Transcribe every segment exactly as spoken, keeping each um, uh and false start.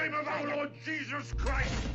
name of our Lord Jesus Christ.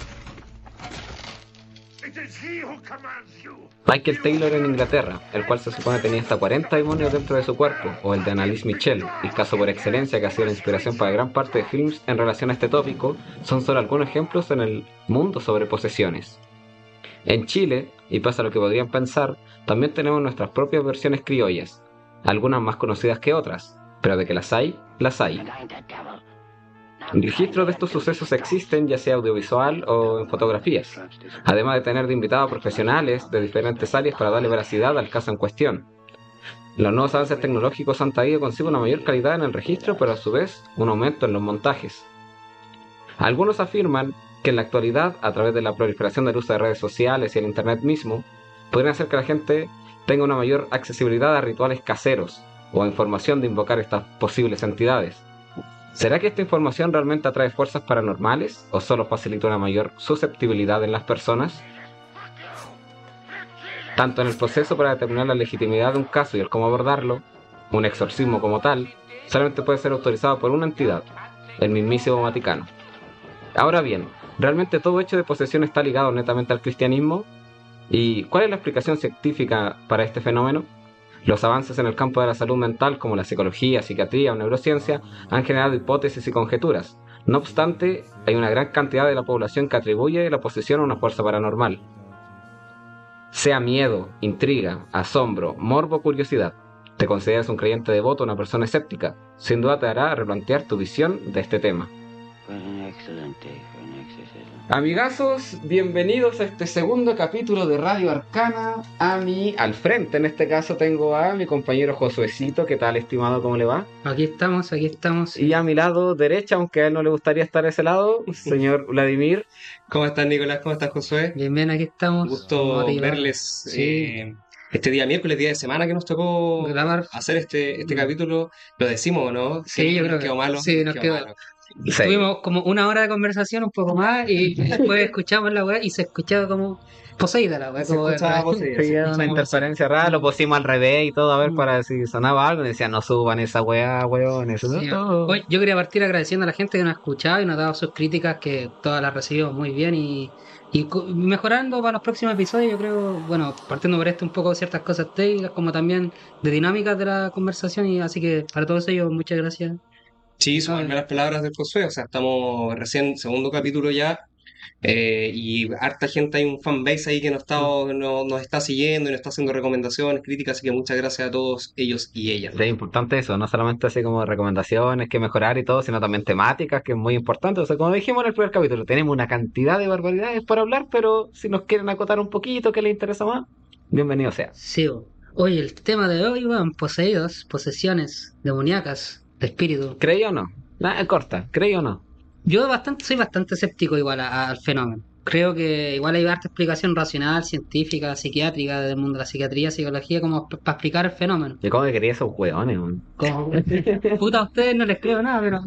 It is he who commands you. Michael Taylor en Inglaterra, el cual se supone tenía hasta cuarenta demonios dentro de su cuerpo, o el de Annalise Michel, el caso por excelencia que ha sido la inspiración para gran parte de films en relación a este tópico, son solo algunos ejemplos en el mundo sobre posesiones. En Chile, y pasa lo que podrían pensar, también tenemos nuestras propias versiones criollas, algunas más conocidas que otras, pero de que las hay, las hay. Registros de estos sucesos existen ya sea audiovisual o en fotografías, además de tener de invitados profesionales de diferentes áreas para darle veracidad al caso en cuestión. Los nuevos avances tecnológicos han traído consigo una mayor calidad en el registro, pero a su vez un aumento en los montajes. Algunos afirman que en la actualidad, a través de la proliferación del uso de redes sociales y el internet mismo, podrían hacer que la gente tenga una mayor accesibilidad a rituales caseros o a información de invocar estas posibles entidades. ¿Será que esta información realmente atrae fuerzas paranormales o solo facilita una mayor susceptibilidad en las personas? Tanto en el proceso para determinar la legitimidad de un caso y el cómo abordarlo, un exorcismo como tal, solamente puede ser autorizado por una entidad, el mismísimo Vaticano. Ahora bien, ¿realmente todo hecho de posesión está ligado netamente al cristianismo? ¿Y cuál es la explicación científica para este fenómeno? Los avances en el campo de la salud mental, como la psicología, psiquiatría o neurociencia, han generado hipótesis y conjeturas. No obstante, hay una gran cantidad de la población que atribuye la posesión a una fuerza paranormal. Sea miedo, intriga, asombro, morbo o curiosidad, ¿te consideras un creyente devoto o una persona escéptica? Sin duda te hará replantear tu visión de este tema. Amigazos, bienvenidos a este segundo capítulo de Radio Arcana. A mí, al frente en este caso, tengo a mi compañero Josuecito. ¿Qué tal, estimado? ¿Cómo le va? Aquí estamos, aquí estamos. Y a mi lado derecha, aunque a él no le gustaría estar a ese lado, señor Vladimir. ¿Cómo estás, Nicolás? ¿Cómo estás, Josué? Bien, bien, aquí estamos. Un gusto verles sí. eh, este día miércoles, día de semana que nos tocó grabar, hacer este, este capítulo. Lo decimos, ¿no? Sí, sí yo creo nos quedó que malo. Sí, nos, nos quedó malo. Sí. Tuvimos como una hora de conversación, un poco más, y después escuchamos la weá y se escuchaba como poseída la weá. Se escuchaba poseída, sí, una interferencia rara, lo pusimos al revés y todo, a ver, mm. para si sonaba algo, y decían, no suban esa weá, weón, eso sí, no. Oye, yo quería partir agradeciendo a la gente que nos ha escuchado y nos ha dado sus críticas, que todas las recibimos muy bien, y, y mejorando para los próximos episodios. Yo creo, bueno, partiendo por esto un poco de ciertas cosas técnicas, como también de dinámicas de la conversación, y así que para todos ellos, muchas gracias. Sí, son las palabras del Josué, o sea, estamos recién, segundo capítulo ya, eh, y harta gente, hay un fanbase ahí que nos está, no, nos está siguiendo y nos está haciendo recomendaciones, críticas, así que muchas gracias a todos ellos y ellas. Es importante eso, no solamente así como recomendaciones que mejorar y todo, sino también temáticas, que es muy importante. O sea, como dijimos en el primer capítulo, tenemos una cantidad de barbaridades por hablar, pero si nos quieren acotar un poquito, ¿qué les interesa más? Bienvenido sea. Sí, oye, el tema de hoy, bueno, poseídos, posesiones demoníacas. De espíritu. ¿Creí o no? Nada, corta, ¿creí o no? Yo bastante, soy bastante escéptico igual a, a, al fenómeno. Creo que igual hay harta explicación racional, científica, psiquiátrica del mundo de la psiquiatría, psicología, como para pa explicar el fenómeno. Yo como que quería esos hueones, man. Puta, a ustedes no les creo nada, pero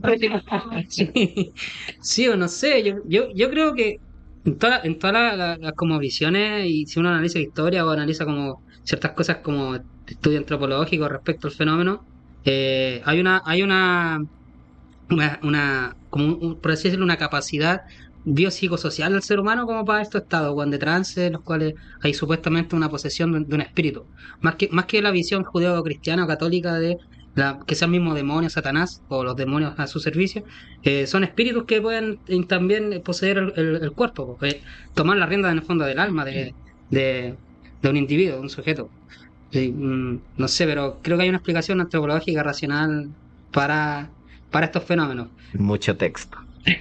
sí, sí o no sé, yo, yo, yo creo que en todas en todas las la, la, como visiones, y si uno analiza la historia o analiza como ciertas cosas como estudio antropológico respecto al fenómeno, Eh, hay una hay una una, una como un, por así decirlo, una capacidad biopsicosocial del ser humano como para estos estados de trance, en los cuales hay supuestamente una posesión de, de un espíritu, más que más que la visión judeo-cristiana o católica de la, que sea el mismo demonio, Satanás o los demonios a su servicio. Eh, son espíritus que pueden eh, también poseer el, el, el cuerpo, eh, tomar la rienda en el fondo del alma de, de, de un individuo, de un sujeto. Sí, no sé, pero creo que hay una explicación antropológica, racional para, para estos fenómenos. Mucho texto.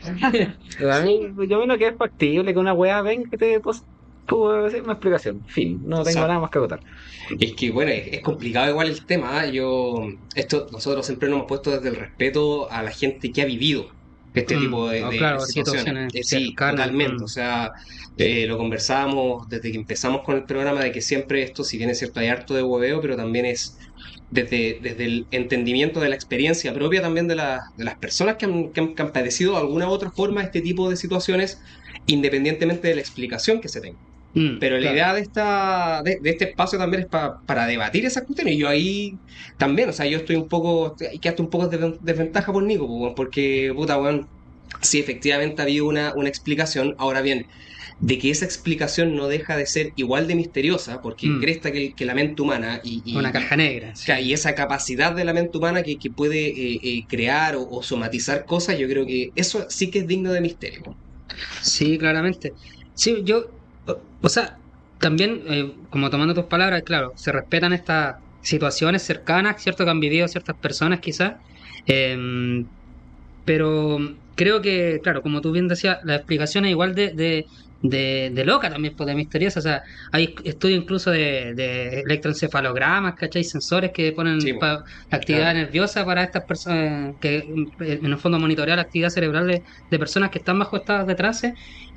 A mí, yo menos que es factible que una weá venga que te puedo decir una explicación. Fin, no tengo o sea, nada más que acotar. Es que bueno, es, es complicado igual el tema. Yo, esto nosotros siempre nos hemos puesto desde el respeto a la gente que ha vivido este mm, tipo de, oh, de claro, situaciones. situaciones eh, sí, totalmente. Mm. O sea, eh, lo conversábamos desde que empezamos con el programa, de que siempre esto, si bien es cierto, hay harto de hueveo, pero también es desde, desde el entendimiento de la experiencia propia también de, la, de las personas que han, que, han, que han padecido de alguna u otra forma este tipo de situaciones, independientemente de la explicación que se tenga. Mm, pero la claro. idea de esta de, de este espacio también es pa, para debatir esas cuestiones. Y yo ahí también, o sea, yo estoy un poco, hay que hasta un poco de desventaja por Nico, porque puta, weón, sí, efectivamente había una, una explicación. Ahora bien, de que esa explicación no deja de ser igual de misteriosa, porque Mm. cresta que, que la mente humana y, y- Una y- caja negra. sí. Claro, y esa capacidad de la mente humana que, que puede eh, eh, crear o, o somatizar cosas, yo creo que eso sí que es digno de misterio. Sí, claramente. Sí, yo, o, o sea, también, eh, como tomando tus palabras, claro, se respetan estas situaciones cercanas, ¿cierto? Que han vivido ciertas personas quizás, em, pero creo que, claro, como tú bien decías, la explicación es igual de, de, de, de loca también, pues de misteriosa. O sea, hay estudios incluso de, de electroencefalogramas, ¿cachai? Sensores que ponen Sí, bueno, pa- actividad claro. nerviosa para estas personas, que eh, en el fondo monitorea la actividad cerebral de, de personas que están bajo estados de trance.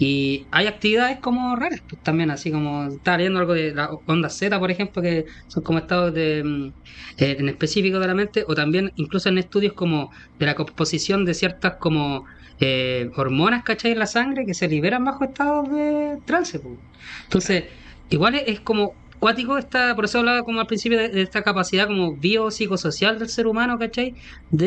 Y hay actividades como raras, pues también, así como estaba leyendo algo de la onda Z, por ejemplo, que son como estados de, mm, eh, en específico de la mente, o también incluso en estudios como de la composición de ciertas como eh, hormonas, ¿cachai? En la sangre que se liberan bajo estados de trance, pues. Entonces, igual es, es como cuático esta, por eso hablaba como al principio de, de esta capacidad como biopsicosocial del ser humano, ¿cachai?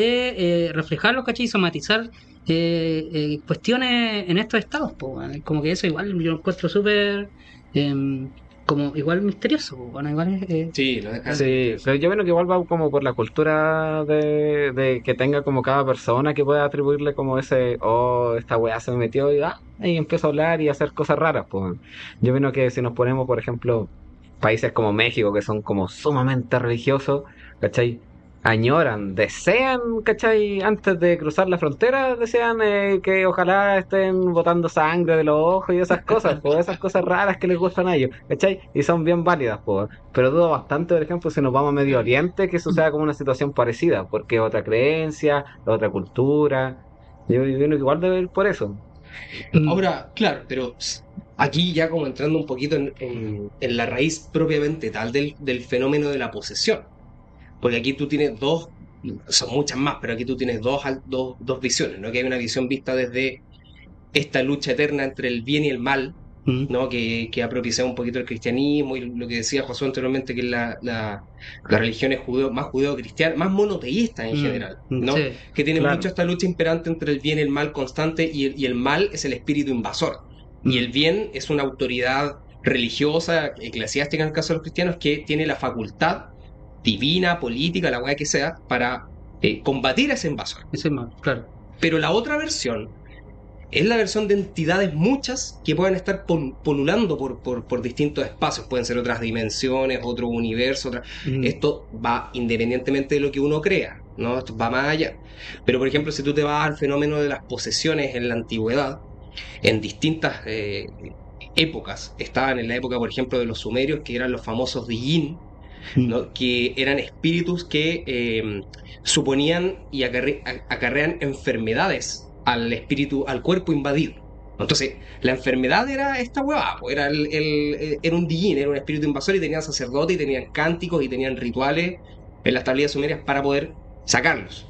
De eh, reflejarlo, ¿cachai? Y somatizar eh, eh, cuestiones en estos estados, pues, bueno. Como que eso igual yo lo encuentro súper em, como igual misterioso, pues, bueno, igual es, eh, Sí, no deja de ser Sí, misterioso. pero yo creo que igual va como por la cultura de, de que tenga como cada persona que pueda atribuirle como ese, oh, esta weá se me metió y, ah, y empieza a hablar y a hacer cosas raras, pues. Yo creo que si nos ponemos, por ejemplo, países como México, que son como sumamente religiosos, ¿cachai? Añoran, desean, ¿cachai? Antes de cruzar la frontera, desean eh, que ojalá estén botando sangre de los ojos y esas cosas, pues esas cosas raras que les gustan a ellos, ¿cachai? Y son bien válidas, pues. Pero dudo bastante, por ejemplo, si nos vamos a Medio Oriente, que eso sea como una situación parecida, porque es otra creencia, otra cultura. Yo, yo creo que igual debe ir por eso. mm, Ahora, claro, pero ps, aquí ya como entrando un poquito en, en- en la raíz propiamente tal del, del fenómeno de la posesión. Porque aquí tú tienes dos, son muchas más, pero aquí tú tienes dos, al- dos, dos visiones, ¿no? Que hay una visión vista desde esta lucha eterna entre el bien y el mal, mm, ¿no? Que, que ha propiciado un poquito el cristianismo y lo que decía Josué anteriormente, que es la, la, la religión es judeo, más judeo-cristiana, más monoteísta en mm, general, mm, ¿no? sí, Que tiene Claro. mucho esta lucha imperante entre el bien y el mal constante, y el, y el mal es el espíritu invasor. Y el bien es una autoridad religiosa, eclesiástica en el caso de los cristianos, que tiene la facultad divina, política, la weá que sea, para eh, combatir a ese invasor. eso es malo, claro. Pero la otra versión es la versión de entidades muchas que pueden estar pol- polulando por, por, por distintos espacios. Pueden ser otras dimensiones, otro universo. Otra... Mm, Esto va independientemente de lo que uno crea, ¿no? Esto va más allá. Pero, por ejemplo, si tú te vas al fenómeno de las posesiones en la antigüedad, en distintas eh, épocas, estaban en la época, por ejemplo, de los sumerios, que eran los famosos Dijin, mm, ¿no? Que eran espíritus que eh, suponían y acarre- a- acarrean enfermedades al espíritu, al cuerpo invadido. Entonces, la enfermedad era esta huevada, pues, era, el, el- era un Dijin, era un espíritu invasor y tenían sacerdotes y tenían cánticos y tenían rituales en las tablillas sumerias para poder sacarlos.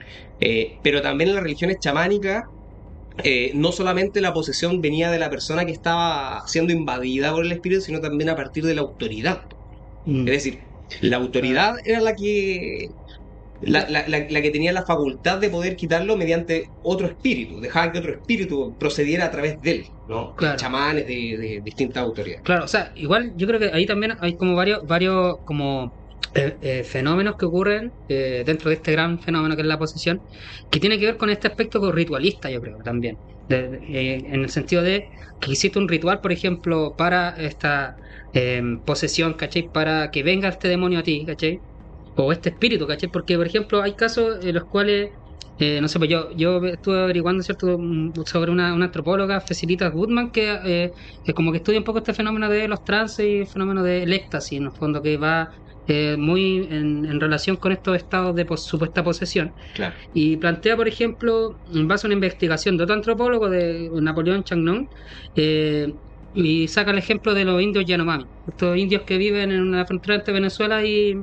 Eh, pero también en las religiones chamánicas, eh, no solamente la posesión venía de la persona que estaba siendo invadida por el espíritu, sino también a partir de la autoridad. mm. Es decir, la autoridad era la que la, la- la- la que tenía la facultad de poder quitarlo mediante otro espíritu, dejaba que otro espíritu procediera a través de él, ¿no? Claro. Chamanes de, de distintas autoridades. Claro, o sea, igual yo creo que ahí también hay como varios, varios como eh, eh, fenómenos que ocurren eh, dentro de este gran fenómeno que es la posesión, que tiene que ver con este aspecto como ritualista, yo creo, también. De- de- eh, en el sentido de que hiciste un ritual, por ejemplo, para esta eh, posesión, ¿cachai? Para que venga este demonio a ti, ¿cachai? O este espíritu, ¿cachai? Porque, por ejemplo, hay casos en los cuales, eh, no sé, pues yo, yo estuve averiguando, ¿cierto?, mm, sobre una, una antropóloga, Felicita Goodman, que eh, es como que estudia un poco este fenómeno de los trances y el fenómeno del éxtasis, en el fondo, que va eh, muy en, en relación con estos estados de pos- supuesta posesión. Claro. Y plantea, por ejemplo, en base a una investigación de otro antropólogo, de Napoleón Chagnon, eh, y saca el ejemplo de los indios Yanomami, estos indios que viven en una frontera entre Venezuela y,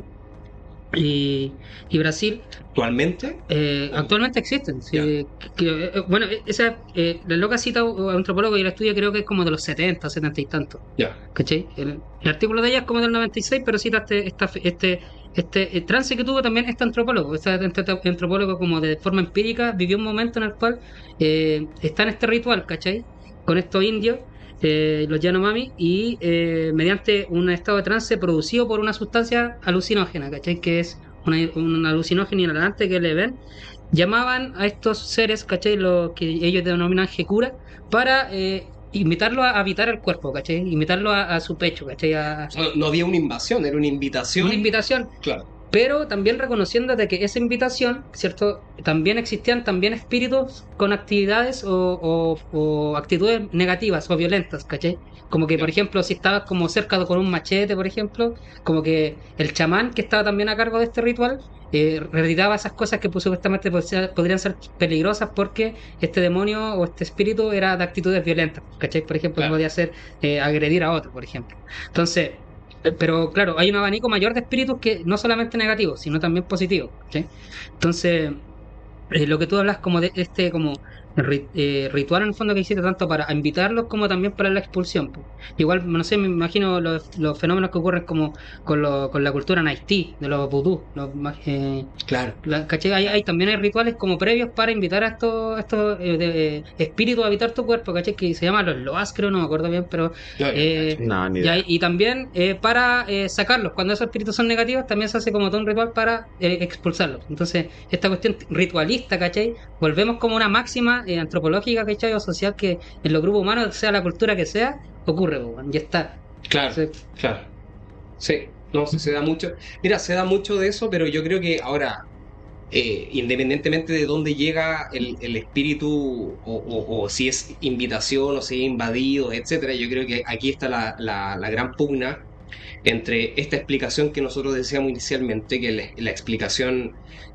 y, y Brasil. Actualmente, Eh, actualmente existen. Sí, Ya. que- que, eh, bueno, eh, esa, eh, la loca cita a un antropólogo y el estudio creo que es como de los setenta, setenta y tantos. ya. ¿Cachai? El, el artículo de ella es como del noventa y seis, pero cita este, esta, fe- este este el trance que tuvo también este antropólogo, este ant- antropólogo como de forma empírica vivió un momento en el cual eh, está en este ritual, ¿cachai? Con estos indios, eh, los Yanomami, y eh, mediante un estado de trance producido por una sustancia alucinógena, ¿cachai? Que es una, un alucinógeno inhalante que le ven, llamaban a estos seres, ¿cachai? Lo que ellos denominan Hekura, para eh, invitarlo a habitar el cuerpo, ¿cachai? Invitarlo a, a su pecho, ¿cachai? A, No, no había una invasión, era una invitación. una invitación, Claro. pero también reconociendo de que esa invitación, ¿cierto? También existían también espíritus con actividades o, o- o actitudes negativas o violentas, ¿cachai? Como que, por Ya. ejemplo, si estabas como cerca de- con un machete, por ejemplo, como que el chamán que estaba también a cargo de este ritual eh, retiraba esas cosas que pues, supuestamente pod- sea- podrían ser peligrosas porque este demonio o este espíritu era de actitudes violentas, ¿cachai? Por ejemplo, Claro. podía ser eh, agredir a otro, por ejemplo. Entonces, eh, pero claro, hay un abanico mayor de espíritus que no solamente negativos, sino también positivos, ¿sí? Entonces, eh, lo que tú hablas como de este como ri- eh, ritual en el fondo que hiciste tanto para invitarlos como también para la expulsión, po. Igual, no sé, me imagino los, los fenómenos que ocurren como con, lo- con la cultura en Haití, de los vudú, los, ma- eh, Claro. la- ¿cachai? Hay, hay- también hay rituales como previos para invitar a estos, estos eh, de- eh, espíritus a habitar tu cuerpo, ¿cachai? Que se llaman los loas, creo, no me acuerdo bien, pero No, eh, No, ni y, idea. hay- y también eh, para eh, sacarlos, cuando esos espíritus son negativos, también se hace como todo un ritual para eh, expulsarlos. Entonces, esta cuestión ritualista, ¿cachai? Volvemos como una máxima eh, antropológica, ¿cachai? O social que en los grupos humanos, sea la cultura que sea, ocurre, po, weón, ya está. Claro, Entonces, claro. Sí, no, sí, se da mucho. Mira, se da mucho de eso, pero yo creo que ahora, eh, independientemente de dónde llega el, el espíritu, o, o- o si es invitación o si es invadido, etcétera, yo creo que aquí está la, la- la gran pugna entre esta explicación que nosotros decíamos inicialmente, que la, la explicación,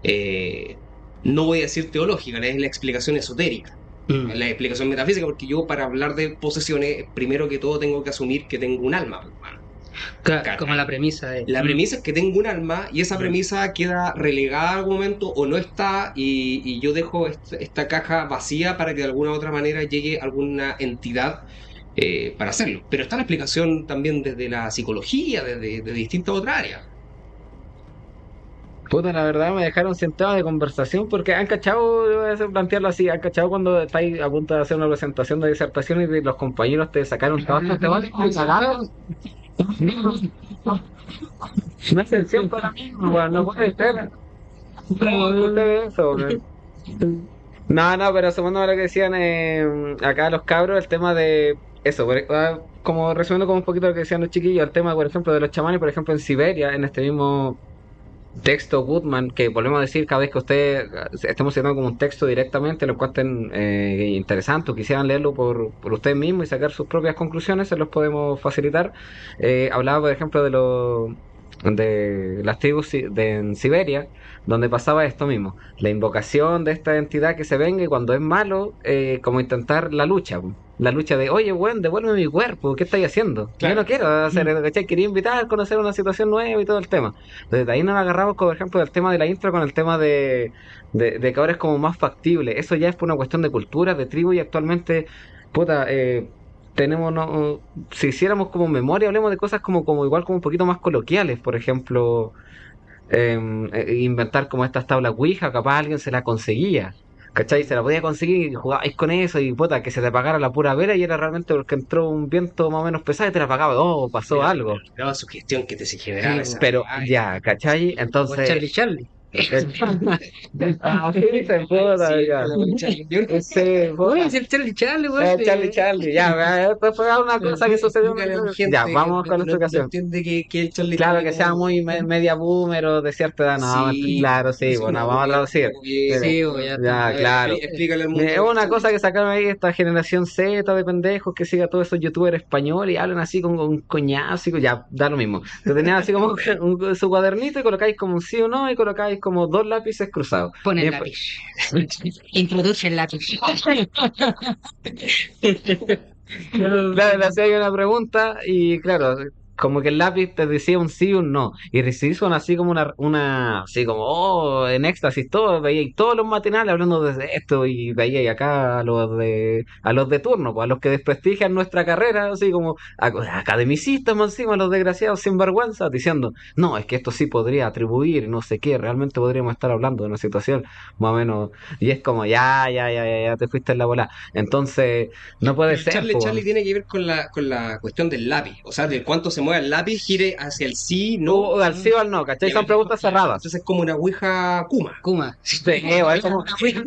eh, no voy a decir teológica, es la explicación esotérica. mm, La explicación metafísica, porque yo para hablar de posesiones, primero que todo tengo que asumir que tengo un alma, hermano. claro, Claro. como la premisa de. La mm, premisa es que tengo un alma y esa Mm. premisa queda relegada a algún momento o no está y, y yo dejo est- esta caja vacía para que de alguna u otra manera llegue alguna entidad eh, para hacerlo. Pero está la explicación también desde la psicología, desde, de distintas otras áreas. Puta, la verdad me dejaron sin tema de conversación porque han cachado, yo voy a hacer- plantearlo así, han cachado cuando estáis a punto de hacer una presentación de disertación y de- los compañeros te sacaron trabajo, te van a cagar. No es el tiempo ahora mismo, weón, no puede ser. ¿Cómo ve usted eso, weón? No, no, pero sumando a lo que decían eh, acá los cabros, el tema de eso, por- ah, como resumiendo como un poquito lo que decían los chiquillos, el tema, por ejemplo, de los chamanes, por ejemplo, en Siberia, en este mismo texto Goodman, que volvemos a decir cada vez que usted eh, estemos citando como un texto directamente, lo encuentren eh, interesante o quisieran leerlo por, por usted mismo y sacar sus propias conclusiones, se los podemos facilitar. Eh, hablaba, por ejemplo, de los de las tribus si- de en Siberia, donde pasaba esto mismo, la invocación de esta entidad que se venga y cuando es malo, eh, como intentar la lucha, po. La lucha de, oye, weón, devuélveme mi cuerpo, ¿qué estáis haciendo? Claro. Yo no quiero hacer, ¿cachai? Quería invitar, conocer una situación nueva y todo el tema. Entonces, de ahí nos agarramos, por ejemplo, del tema de la intro con el tema de, de, de que ahora es como más factible. Eso ya es por una cuestión de cultura, de tribu y actualmente, puta, eh, tenemos, no, si hiciéramos como memoria, hablemos de cosas como, como igual como un poquito más coloquiales, por ejemplo, eh, eh, inventar como estas tablas Ouija, capaz alguien se la conseguía. ¿Cachai? Se la podía conseguir y jugabais con eso y puta, que se te apagara la pura vela y era realmente porque entró un viento más o menos pesado y te la apagaba. Oh, pasó Pero- algo. pero la sugestión que te se generaba esa- Pero ay, ya, ¿cachai? o Entonces... Charlie Charlie. Ah, sí, se puta, sí, ya. la concha, yo no- Ese, puta. Uy, es el Charlie Charlie, weón. Eh, Charlie, Charlie, ya, ya, esto fue una cosa que sucedió. Explícale a la gente Ya, que vamos con no- nuestra no ocasión. entiende que, que el Charlie Claro, Charlie que sea como- muy me- media boomer o de cierta edad, no, Sí, claro, sí, es bueno, una vamos a obvia- traducir. obvia- Sí, weón, ya está. Ya, A ver, claro. expli- Explícale al mundo. Es una cosa que sacaron ahí esta generación Z de pendejos que siga a todos esos youtubers españoles y hablan así con un coñazo y con- ya, da lo mismo. Te tenían así como un- su cuadernito y colocáis como un sí o no y colocáis como dos lápices cruzados. Pon el Y lápiz. Introduce el lápiz. Claro, le hacía una pregunta y claro, como que el lápiz te decía un sí o un no, y si hizo una, así como una, una, así como, oh, en éxtasis, todo, veía y todos los matinales hablando de esto, y veía y acá a los de, a los de turno, pues a los que desprestigian nuestra carrera, así como, a- academicistas más encima, los desgraciados sinvergüenza, diciendo, no, es que esto sí podría atribuir, no sé qué, realmente podríamos estar hablando de una situación más o menos, y es como, ya, ya, ya, ya, ya te fuiste en la bola, entonces, no puede Pero ser, Charlie, po. Charlie tiene que ver con la, con la cuestión del lápiz, o sea, de cuánto se mueve el lápiz, gire hacia el sí, no. O al sí o al no, ¿cachai? Son preguntas cerradas. Entonces es como una ouija Kuma. Kuma. Sí, es como,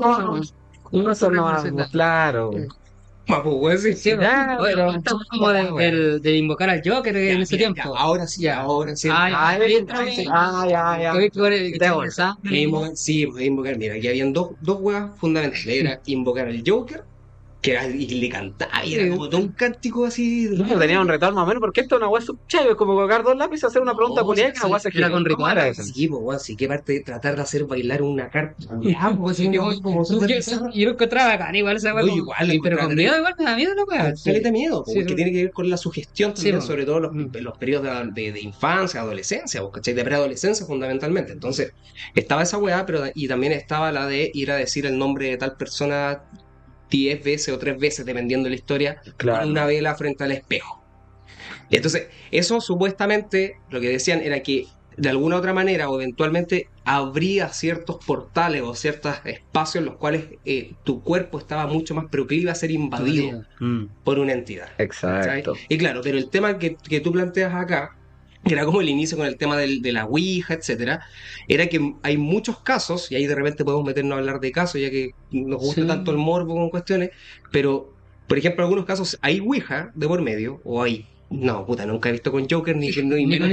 no son nomás, Sí, claro. Kuma, pues, weón, sí. sí, Ya, oye, pero- esto es como de, del- de invocar al Joker Ya, en ese mira, tiempo. ya, ahora sí, Ya. ahora sí. Ah, ya. Ay, ah, ya, ya. Que ves que ahora el- Te el- voy. esa- E invocar- sí, pues, invocar, mira, aquí habían dos, dos weas fundamentales. Era invocar al Joker, que era, y le cantaba, y era como todo un cántico así. No, tenía un ritual más o menos, porque esto es una weá subchévere, es como colocar dos lápices, hacer una pregunta No, política, sí, una weá se era con gira. ¿Cómo era eso? Sí, pues, weón, sí, que parte de tratar de hacer bailar una carta. Ya, pues, sí, que voy como súper bizarro. Yo lo encontraba bacán, igual esa weá. No, como- igual, lo y- pero con encontraba miedo igual me da miedo la weá. Caleta miedo, Sí, porque sí. tiene que ver con la sugestión Sí, también, po. sobre todo los, Mm. los periodos de, de- de infancia, adolescencia, po, ¿cachai? De preadolescencia fundamentalmente. Entonces, estaba esa weá, pero y también estaba la de ir a decir el nombre de tal persona diez veces o tres veces, dependiendo de la historia, Claro. con una vela frente al espejo. Y entonces, eso supuestamente, lo que decían era que de alguna otra manera o eventualmente habría ciertos portales o ciertos espacios en los cuales eh, tu cuerpo estaba mucho más proclive a ser invadido Mm, por una entidad. exacto. ¿Cachai? Y claro, pero el tema que, que tú planteas acá, que era como el inicio con el tema del- de la Ouija, etcétera, era que hay muchos casos, y ahí de repente podemos meternos a hablar de casos, ya que nos gusta Sí. tanto el morbo con cuestiones, pero, por ejemplo, en algunos casos hay Ouija de por medio, o hay... No, puta, nunca he visto con Joker, ni, ni, ni, Ni con-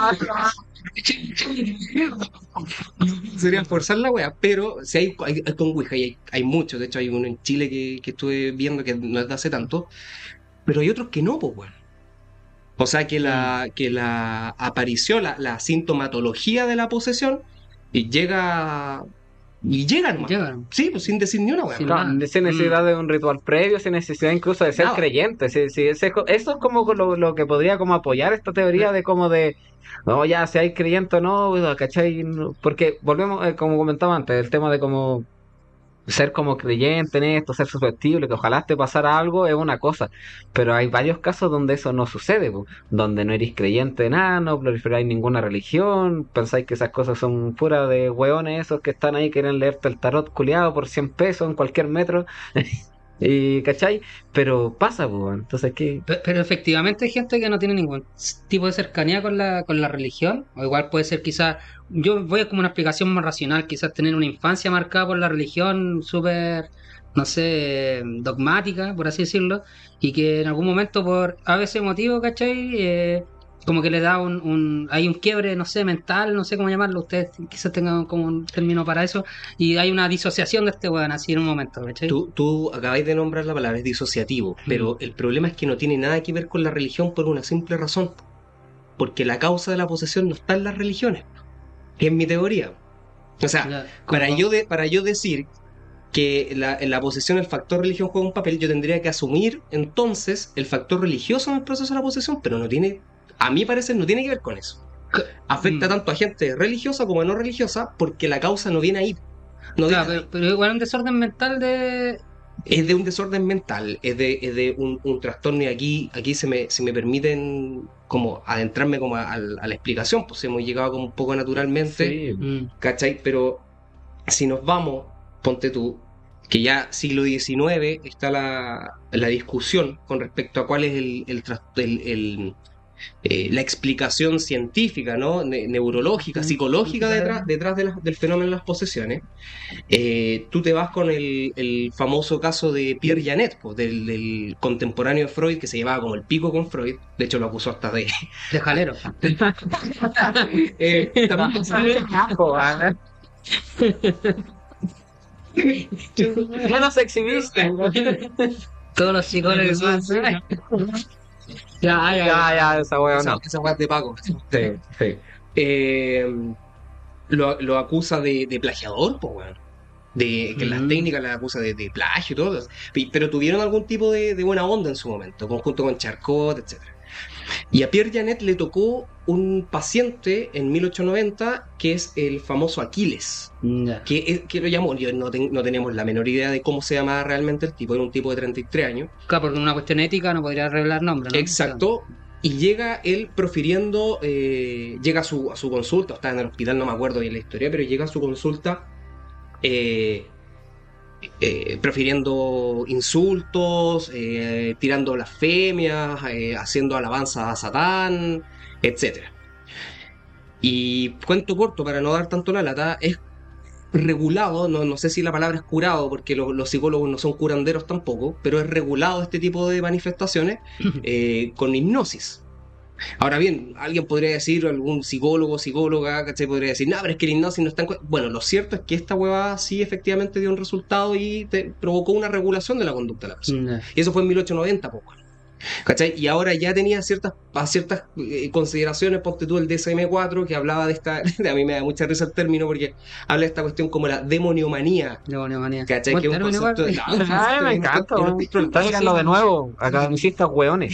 sería forzar la wea, pero si hay, hay, hay con Ouija y hay, hay muchos, de hecho hay uno en Chile que, que estuve viendo que no es de hace tanto, pero hay otros que no, pues weón. O sea que la, que la aparición, la, la sintomatología de la posesión y llega y llega nomás. Llegan. Sí, pues sin decir ni una wea. Sin Claro, nada. sin necesidad de un ritual previo, sin necesidad incluso de ser Nada. creyente. Sí, sí, ese- eso es como lo, lo que podría como apoyar esta teoría de como de, no, ya, si hay creyente o no, bueno, ¿cachai? No, porque volvemos, eh, como comentaba antes, el tema de como ser como creyente en esto, ser susceptible, que ojalá te pasara algo, es una cosa. Pero hay varios casos donde eso no sucede, po, donde no eres creyente de nada, no proliferáis ninguna religión, pensáis que esas cosas son puras de hueones esos que están ahí, quieren leerte el tarot culiado por cien pesos en cualquier metro. Y, ¿cachai? Pero pasa, pues, entonces, ¿qué? Pe- Pero efectivamente hay gente que no tiene ningún tipo de cercanía con la, con la religión, o igual puede ser quizás, yo voy a como una explicación más racional, quizás tener una infancia marcada por la religión súper, no sé, dogmática, por así decirlo, y que en algún momento por a veces motivo, ¿cachai? Eh, como que le da un, un, hay un quiebre, no sé, mental, no sé cómo llamarlo, ustedes quizás tengan como un término para eso, y hay una disociación de este weón así en un momento, ¿cachai? Tú, tú acabáis de nombrar la palabra, es disociativo, pero el problema es que no tiene nada que ver con la religión por una simple razón. Porque la causa de la posesión no está en las religiones, que es mi teoría. O sea, Ya, para como- yo, de, para yo decir que la, en la posesión el factor religión juega un papel, yo tendría que asumir entonces el factor religioso en el proceso de la posesión, pero no tiene, a mi parecer, no tiene que ver con eso. Afecta Mm. tanto a gente religiosa como a no religiosa porque la causa no viene ahí. No Claro, viene ahí. pero, pero igual un desorden mental de... Es de un desorden mental, es de, es de un, un trastorno y aquí, aquí se me, se me permiten como adentrarme como a, a la a la explicación, pues hemos llegado como un poco naturalmente, Sí, Mm. ¿cachai? Pero si nos vamos, ponte tú, que ya siglo diecinueve está la, la discusión con respecto a cuál es el, el, tras- el- el, eh, la explicación científica, ¿no? Ne- neurológica, psicológica detrás, detrás de las- del fenómeno de las posesiones. Eh, tú te vas con el, el famoso caso de Pierre Janet, pues, del, del contemporáneo de Freud, que se llevaba como el pico con Freud, de hecho lo acusó hasta de... De jalero. Eh, también- ya nos exhibiste. Todos los psicólogos son así. Ya, ya, Ya, ya, esa weá esa, no. esa weá es de Paco. Sí, sí. Eh, lo, lo acusa de, de plagiador, pues, weón. De que en las Mm. técnicas la acusa de, de plagio y todo. Pi- Pero tuvieron algún tipo de, de buena onda en su momento, conjunto con Charcot, etcétera. Y a Pierre Janet le tocó un paciente en mil ochocientos noventa que es el famoso Aquiles, Ya. que, es- que lo llamó, yo no, ten- no teníamos la menor idea de cómo se llamaba realmente el tipo, era un tipo de treinta y tres años. Claro, porque una cuestión ética no podría revelar nombre, ¿no? Exacto. Y llega él profiriendo, eh, llega a su, a su consulta, está en el hospital, no me acuerdo bien la historia, pero llega a su consulta eh, eh, profiriendo insultos, eh, tirando blasfemias, eh, haciendo alabanza a Satán, etcétera. Y cuento corto, para no dar tanto la lata, es regulado, no, no sé si la palabra es curado, porque lo- los psicólogos no son curanderos tampoco, pero es regulado este tipo de manifestaciones eh, con hipnosis. Ahora bien, alguien podría decir, algún psicólogo, psicóloga, ¿cachai? Podría decir, no, pero es que la hipnosis no está en... cu-". Bueno, lo cierto es que esta hueva sí efectivamente dio un resultado y te provocó una regulación de la conducta de la persona. Ya. Y eso fue en mil ochocientos noventa, poco. ¿Cachai? Y ahora ya tenía ciertas, a ciertas eh, consideraciones, ponte tú el D S M cuatro, que hablaba de esta, a mí me da mucha risa el término, porque habla de esta cuestión como la demoniomanía. Demoniomanía. ¿Cachai? Buen Que es un término concepto de... igual. no, Ay, me encanta, weón. Tráiganlo de nuevo, academicistas hueones.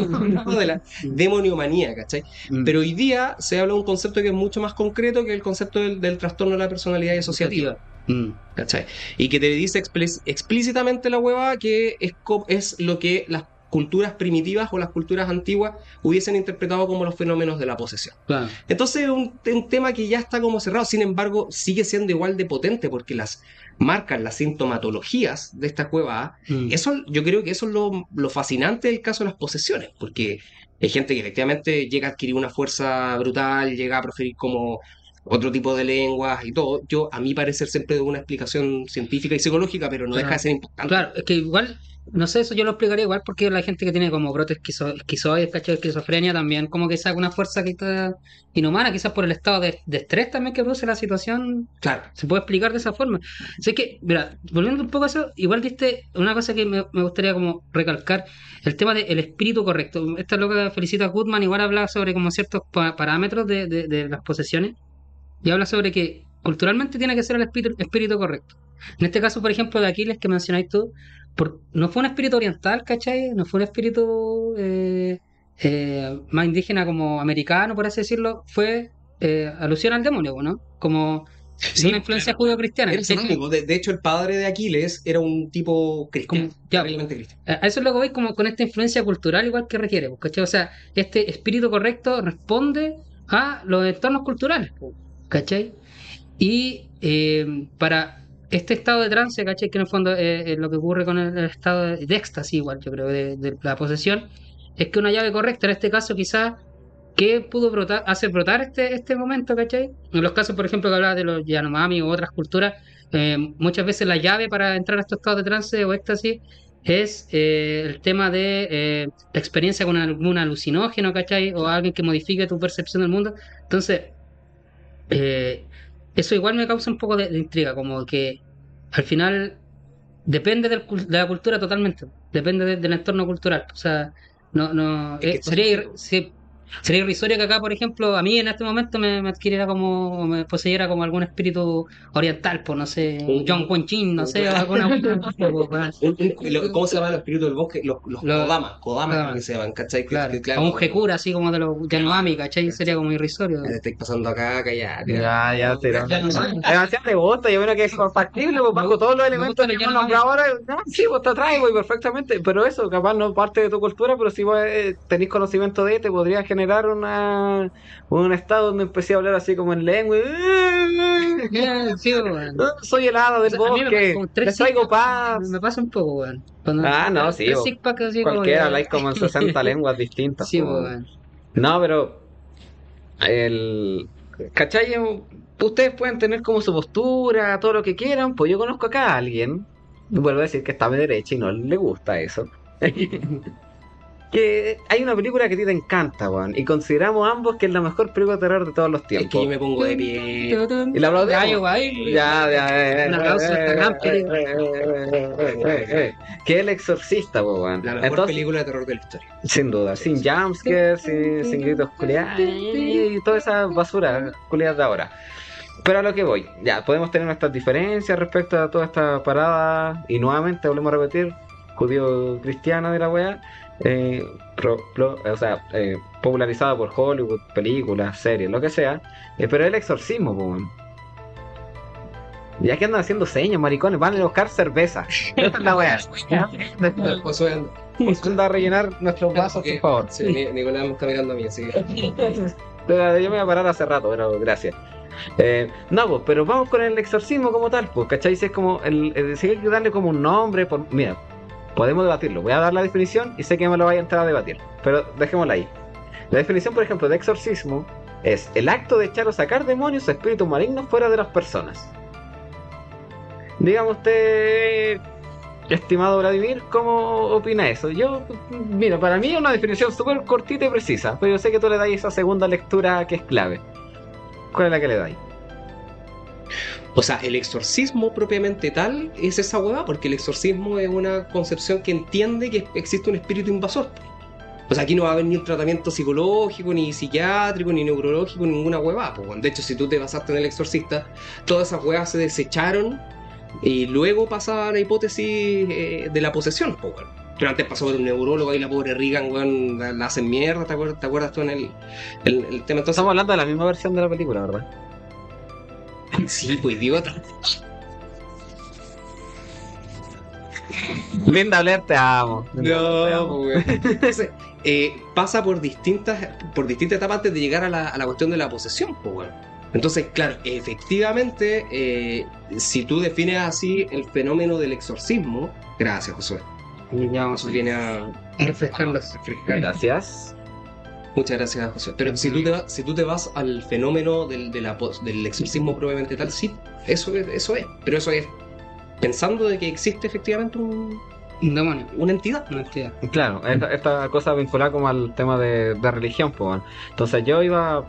de la demoniomanía, ¿cachai? Mm. Pero hoy día se habla de un concepto que es mucho más concreto que el concepto del, del trastorno de la personalidad disociativa, Mm. ¿cachai? Y que te dice explí- explícitamente la hueva que es, co- es lo que las culturas primitivas o las culturas antiguas hubiesen interpretado como los fenómenos de la posesión. Claro. Entonces es un, un tema que ya está como cerrado, sin embargo sigue siendo igual de potente porque las marcas, las sintomatologías de esta cueva, Mm. eso, yo creo que eso es lo, lo fascinante del caso de las posesiones, porque hay gente que efectivamente llega a adquirir una fuerza brutal, llega a proferir como otro tipo de lenguas y todo. Yo, a mi parecer, siempre doy una explicación científica y psicológica, pero no deja de ser importante. Claro, es que igual, no sé, eso yo lo explicaría igual porque la gente que tiene como brotes esquizo, esquizoides, ¿cachai? Esquizofrenia también como que saca una fuerza que está inhumana, quizás por el estado de, de estrés también que produce la situación, Claro. se puede explicar de esa forma. Así que, mira, volviendo un poco a eso, igual diste una cosa que me, me gustaría como recalcar, el tema del espíritu correcto. Esta loca Felicita Goodman igual habla sobre como ciertos pa- parámetros de, de, de las posesiones y habla sobre que culturalmente tiene que ser el espíritu, espíritu correcto. En este caso, por ejemplo, de Aquiles que mencionáis tú, por, no fue un espíritu oriental, ¿cachai? No fue un espíritu eh, eh, más indígena como americano, por así decirlo, fue eh, alusión al demonio, ¿no? Como Sí, una influencia judeo-cristiana. Era satánico. De, de hecho, el padre de Aquiles era un tipo cristiano, Como- ya. terriblemente cristiano. A eso es lo que voy como con esta influencia cultural igual que requiere, pues, ¿cachai? O sea, este espíritu correcto responde a los entornos culturales, ¿cachai? Y eh, para este estado de trance, ¿cachai? Que en el fondo eh, es lo que ocurre con el, el estado de, de éxtasis igual, yo creo, de, de la posesión, es que una llave correcta, en este caso quizás, que pudo brotar, hacer brotar este, este momento, ¿cachai? En los casos, por ejemplo, que hablaba de los Yanomami u otras culturas, eh, muchas veces la llave para entrar a estos estados de trance o éxtasis es eh, el tema de eh, la experiencia con algún alucinógeno, ¿cachai? O alguien que modifique tu percepción del mundo. Entonces, eh, eso igual me causa un poco de, de intriga, como que al final depende del cul- de la cultura totalmente, depende de- del entorno cultural. O sea, no, no, Es que eh, esto- sería, ir- sí, sería irrisorio que acá, por ejemplo, a mí en este momento me, me adquiriera como, o me poseyera como algún espíritu oriental, pues no sé, Un- John Wen Chin, no sé, o alguna pues, weón. Un- un- lo- ¿Cómo se llama el espíritu del bosque? Los, los Los- Kodamas, Kodamas creo Kodamas. que se llaman, ¿cachai? Que- Claro, que, claro, o un Hekura así como de los Yanomami, ¿cachai? Sería como irrisorio. te estáis pasando acá, callar. Ya, ya, pero. Ya no sé. Demasiado te gusta, yo creo que es factible, pues, bajo todos los Me elementos gusta que el hemos Jan nombrado ahora. No, sí, pues te atrae, güey, perfectamente. Pero eso, capaz no es parte de tu cultura, pero si vos eh, tenés conocimiento de, te podría generar una un estado donde empecé a hablar así como en lengua. Ya, sí, weón. Soy el hada del O sea, a mí me bosque, pasa como tres les traigo six-pack, paz. Me pasa un poco, weón. Cuando- Ah, no, sí, tres bo. six-pack así como Cualquiera ya- habláis como en sesenta lenguas distintas. Sí, po. weón. No, pero el ¿cachai? Ustedes pueden tener como su postura, todo lo que quieran, pues yo conozco acá a alguien, vuelvo a decir que está a mi derecha y no le gusta eso. Que hay una película que a ti te encanta, weón, y consideramos ambos que es la mejor película de terror de todos los Es tiempos. que yo me pongo de pie. ¿Y la aplaudimos? Gallo, guay. Ya, ya, eh, Un aplauso a esta gran película. eh, eh, eh, eh, eh, que es El Exorcista, po, weón. La mejor Entonces, película de terror de la historia. sin duda, sin jumpscares, sin, sin gritos culiados y toda esa basura culiada de ahora. Pero a lo que voy, ya, podemos tener nuestras diferencias respecto a toda esta parada, y nuevamente volvemos a repetir, judío-cristiana de la weá, eh, pro- pro- o sea, eh, popularizado por Hollywood, películas, series, lo que sea, eh, pero es el exorcismo, po, weón. Ya que andan haciendo señas, maricones, van a buscar cerveza. Esta es la weá. Josué, anda. Anda a rellenar nuestros vasos, Ok, por favor. sí, Ni- Nicolás me está mirando a mí, así que. Pero yo me voy a parar hace rato, pero gracias. Eh, no, pues, pero vamos con el exorcismo como tal, pues, ¿cachai? Si es como, el, el, si hay que darle como un nombre, por, mira, podemos debatirlo. Voy a dar la definición y sé que me lo vaya a entrar a debatir, pero dejémosla ahí. La definición, por ejemplo, de exorcismo es el acto de echar o sacar demonios o espíritus malignos fuera de las personas. Dígame usted, estimado Vladimir, ¿cómo opina eso? Yo, mira, para mí es una definición súper cortita y precisa, pero yo sé que tú le das esa segunda lectura que es clave. ¿Cuál es la que le dais? O sea, el exorcismo propiamente tal es esa hueá, porque el exorcismo es una concepción que entiende que existe un espíritu invasor. O sea, aquí no va a haber ni un tratamiento psicológico, ni psiquiátrico, ni neurológico, ninguna hueá. Pues. De hecho, si tú te basaste en el exorcista, todas esas hueás se desecharon y luego pasa la hipótesis eh, de la posesión. Pues, bueno. Pero antes pasó por un neurólogo y la pobre Regan, weón, la, la hacen mierda, ¿te acuerdas, ¿te acuerdas tú en el, el, el tema? Entonces, Estamos hablando de la misma versión de la película, ¿verdad? sí, pues idiota. Linda Blair, te amo. No, pues, weón. Entonces, eh, pasa por distintas, por distintas etapas antes de llegar a la, a la cuestión de la posesión, pues, weón. Entonces, claro, efectivamente, eh, si tú defines así el fenómeno del exorcismo, gracias, Josué. Y ya vamos Eso viene a a refrescarlos. Gracias. Muchas gracias, José. Pero si tú te vas, si tú te vas al fenómeno del, de la pos- del exorcismo propiamente tal, sí, eso es, eso es. Pero eso es pensando de que existe efectivamente un- Un demonio, una entidad. una entidad. Claro, esta, esta cosa vinculada como al tema de, de religión, pues, bueno. Entonces yo iba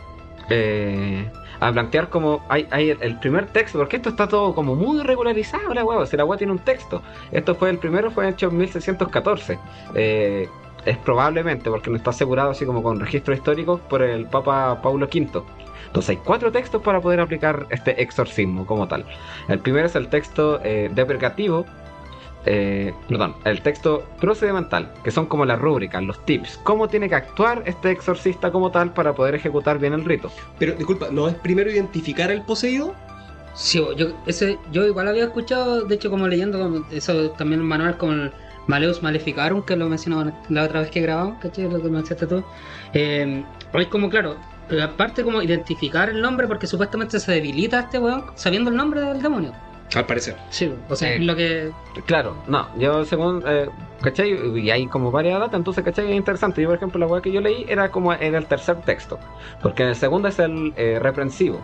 eh, a plantear como hay, hay el, el primer texto, porque esto está todo como muy regularizado, la huevo, si la hueá tiene un texto. Esto fue el primero, fue hecho en mil seiscientos catorce. Eh, es probablemente, porque no está asegurado así como con registros históricos, por el Papa Paulo quinto. Entonces hay cuatro textos para poder aplicar este exorcismo como tal. El primero es el texto eh, deprecativo, eh, perdón, el texto procedimental, que son como las rúbricas, los tips, cómo tiene que actuar este exorcista como tal para poder ejecutar bien el rito. Pero, disculpa, ¿no es primero identificar al poseído? Sí, yo, ese, yo igual había escuchado, de hecho, como leyendo como eso también el manual con el Maleus Maleficarum, que lo mencionaba la otra vez que grabamos, ¿cachai? Lo que mencionaste tú. Eh, es como, claro, aparte como identificar el nombre, porque supuestamente se debilita este weón sabiendo el nombre del demonio. Al parecer. Sí, o sea, Eh. es lo que... Claro, no, yo según, eh, ¿cachai? Y hay como varias datas, entonces, ¿cachai? Es interesante. Yo, por ejemplo, la weá que yo leí era como en el tercer texto, porque en el segundo es el eh, reprensivo.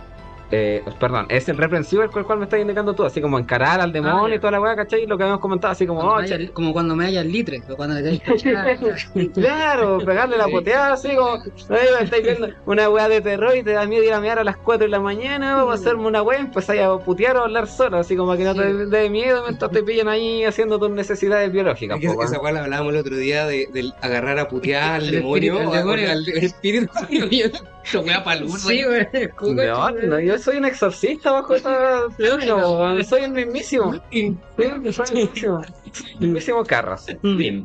Eh, perdón, es el reprensivo el cual, cual me estás indicando tú, así como encarar al demonio Ah, ya. y toda la weá, ¿cachai? Lo que habíamos comentado, así como, Cuando oh, me che- haya- como cuando me haya el litre, o cuando le tenés claro, pegarle la Sí. poteada así como, "Ay, estáis viendo una weá de terror y te da miedo ir a mirar a las cuatro de la mañana, vamos a hacerme una weá", empezáis a putear o a hablar solo, así como que no te Sí. dé miedo mientras te pillan ahí haciendo tus necesidades biológicas. Es que po, esa, weón. esa weá la hablábamos el otro día de, del agarrar a putear al El demonio. espíritu, el o- o demonio. al- el espíritu. Esa weá palusa. Sí, güey. No, no, yo soy un exorcista bajo esa teoría, po, weón. Soy el mismísimo. Sí, soy el mismísimo. El mismísimo Carras. Fin.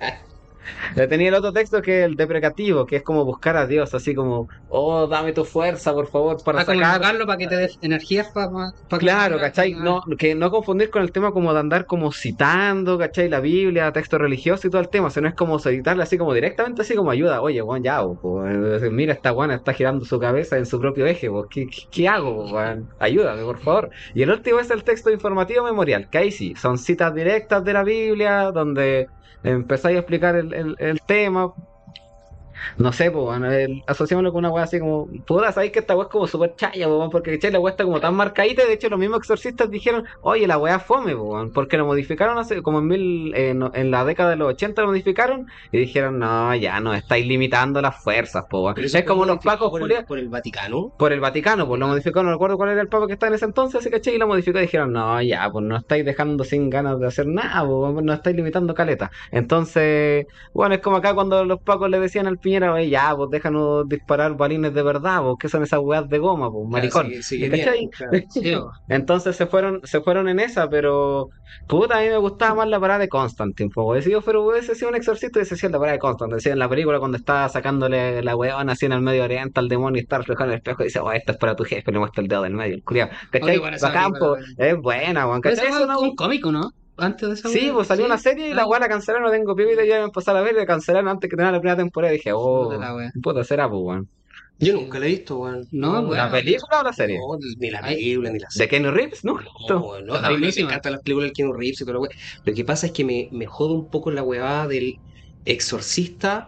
Ya tenía el otro texto que es el deprecativo, que es como buscar a Dios, así como, oh, dame tu fuerza, por favor, para Para como sacar. invocarlo para que te dé energías para... Claro, ¿cachai? No, que no confundir con el tema como de andar como citando, ¿cachai? La Biblia, texto religioso y todo el tema, sino es como citarle así como directamente, así como ayuda. Oye, Juan, ya, po, po, eh, mira, esta Juana está girando su cabeza en su propio eje, po, ¿qué, qué, qué hago, po, Juan? Ayúdame, por favor. Y el último es el texto informativo memorial, que ahí sí, son citas directas de la Biblia, donde empezáis a explicar el, el, el tema. No sé, pues, bueno, el- asociémoslo con una weá así como, puta, sabéis que esta weá es como súper chaya, po, weón, porque ¿cachai? La weá está como tan marcadita, y de hecho los mismos exorcistas dijeron, oye, la weá fome, po, weón, porque lo modificaron hace, como en mil, eh, no- en la década de los ochenta lo modificaron, y dijeron, no, ya no, estáis limitando las fuerzas, po, weón. Pero eso Es como fue los modificado pacos por el, culiados. por el Vaticano. Por el Vaticano, pues lo modificó, no recuerdo cuál era el papa que estaba en ese entonces, así, ¿cachai? Y lo modificó y dijeron, no, ya, pues no estáis dejando sin ganas de hacer nada, pues no estáis limitando caleta. Entonces, bueno, es como acá cuando los pacos le decían al Piñera, wey, ya, pues déjanos disparar balines de verdad, pues, ¿qué son esas weas de goma, pues, maricón? Claro, sí, sí, ¿Cachai? bien, claro. Sí, bo. Entonces se fueron, se fueron en esa, pero puta, a mí me gustaba más la parada de Constantine, pues, si yo fuera hubiese sido un exorcista, hubiese sido la parada de Constantine, decía en la película cuando estaba sacándole la weona así en el Medio Oriente al demonio y está reflejado en el espejo y dice, oh, esto es para tu jefe, le muestra el dedo del medio, el culiao, ¿cachai? Oye, bueno, esa Bacán, película, pues, es buena, weón, Pero ¿cachai? ese Eso fue no- un cómico, ¿no? Antes de esa Sí, weá. pues salió una serie y la Ah, weá la cancelaron, no tengo pibe y ya me empezar a ver y la cancelaron antes que tenga la primera temporada y dije, oh, Puta la wea. puta, será, pues, weón. Yo nunca la he visto, weón. No, ¿La bueno. película o la serie? No, ni la Ay. película, ni la ¿De serie. Keanu Reeves? No, No, no, Está a mí me buenísima. encantan las películas del Keanu Reeves y todo lo wey. Lo que pasa es que me, me jode un poco la huevada del exorcista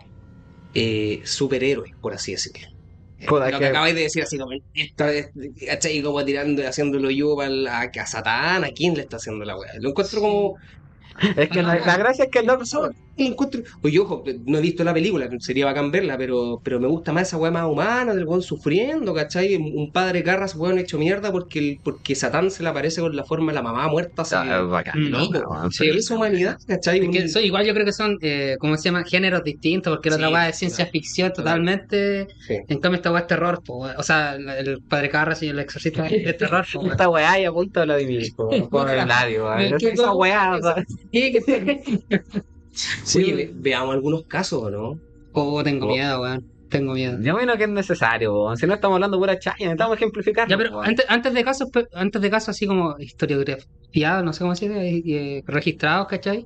eh, superhéroe, por así decirlo. Eh, Puta, lo es que que- acabáis de decir, así como, esta vez, ¿cachai? Como tirando, haciéndolo yo para a, a Satán, ¿a quién le está haciendo la hueá? Lo encuentro como... Es que la, la gracia es que el loco... Lo encuentro... Oye, ojo, no he visto la película, sería bacán verla, pero, pero me gusta más esa weá más humana, del weón sufriendo, ¿cachai? Un padre Carras, weón, hecho mierda porque, el, porque Satán se le aparece con la forma de la mamá muerta. Así, Ah, es bacán, No, loco, weón. sí. pero es humanidad, ¿cachai? Es que Un- son- igual yo creo que son, eh, ¿cómo se llama? Géneros distintos, porque la Sí, otra weá es ciencia claro. ficción Claro. totalmente. Sí. En cambio, esta weá es terror, po, weá. O sea, la- el padre Carras y el exorcista es terror, po, weá. Esta weá y apunta a Vladimir, po, pobre Vladio, weón. Me Esa quedo- weá, o sea, Sí, que- Sí, Oye, ve- veamos algunos casos, ¿no? oh, tengo Oh. miedo, weón. Tengo miedo. yo opino que es necesario, weón. Si no estamos hablando pura chaya, necesitamos ejemplificar. Ya, pero antes, antes de casos, pe- antes de casos así como historiografiados, no sé cómo se dice, eh, registrados, ¿cachai?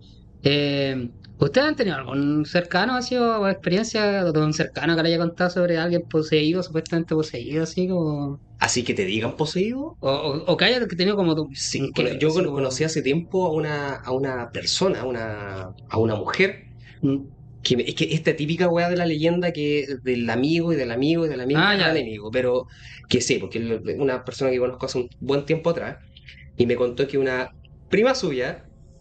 Eh, ¿Ustedes han tenido algún cercano así o, o experiencia de un cercano que le haya contado sobre alguien poseído, supuestamente poseído, así como... Así que te digan poseído. O, o, o que haya tenido como... tu- Sí, que- cono- yo así cono- como- conocí hace tiempo a una, a una persona, a una, a una mujer, Mm. que me- es que esta típica weá de la leyenda que del amigo y del amigo y del amigo Ah, y ya. del enemigo, pero que sé, porque es una persona que conozco hace un buen tiempo atrás, y me contó que una prima suya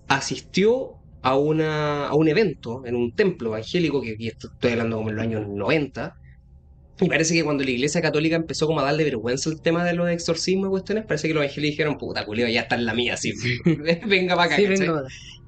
asistió a, una, a un evento en un templo evangélico, que aquí estoy hablando como en los años noventa, y parece que cuando la iglesia católica empezó como a darle vergüenza el tema de los exorcismos y cuestiones, parece que los evangélicos dijeron, puta, culeo, ya está en la mía, así, venga para acá, Sí, ¿cachai? vengo.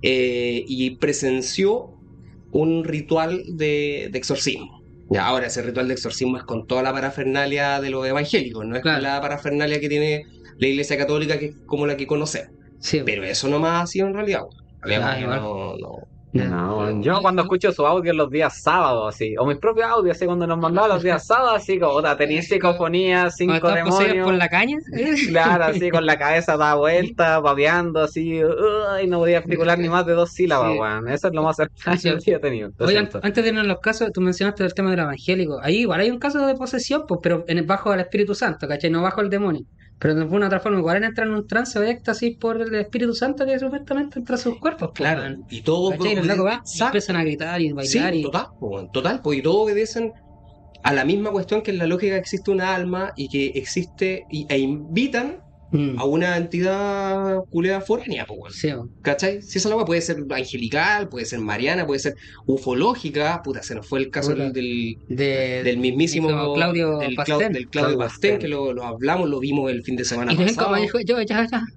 Eh, y presenció un ritual de, de exorcismo. Ya, ahora ese ritual de exorcismo es con toda la parafernalia de los evangélicos, no es Claro. con la parafernalia que tiene la iglesia católica, que es como la que conocemos. Sí, Pero eso nomás ha sido en realidad. En realidad, Ah, igual. no, no. ya. No, weón. Yo cuando escucho su audio los días sábados, así, o mis propios audios, así, cuando nos mandaba los días sábados, así, como, puta, tenía psicofonía, Cuando cinco estás poseído demonios. por la caña. Claro, así con la cabeza da vuelta, babeando, así, uh, y no podía articular ni más de dos sílabas, Sí. weón. Eso es lo más cercano Sí. que he tenido. Lo Oye, siento. antes de irnos a los casos, tú mencionaste el tema del evangélico. Ahí igual hay un caso de posesión, pues, pero en, bajo el Espíritu Santo, ¿cachai? No bajo el demonio. Pero de una u otra forma, igual entran en un trance o éxtasis por el Espíritu Santo que supuestamente entra a sus cuerpos. pues, Claro, weón. y todo ¿Cachai? Los locos van y Exacto. empiezan a gritar y Sí, bailar y... total, po, weón, total, pues y todos obedecen a la misma cuestión que en la lógica existe una alma y que existe y, e invitan Mm, a una entidad culea foránea, pues, weón. sí, weón. ¿Cachai? Si esa agua puede ser angelical, puede ser mariana, puede ser ufológica, puta, se nos fue el caso Puta. del, del, De, del mismísimo mismo Claudio del, Clau- Pastén. del Claudio Claudio Pastén, Pastén. que lo, lo hablamos, lo vimos el fin de semana Y ven pasado. como dijo yo, ya, ya.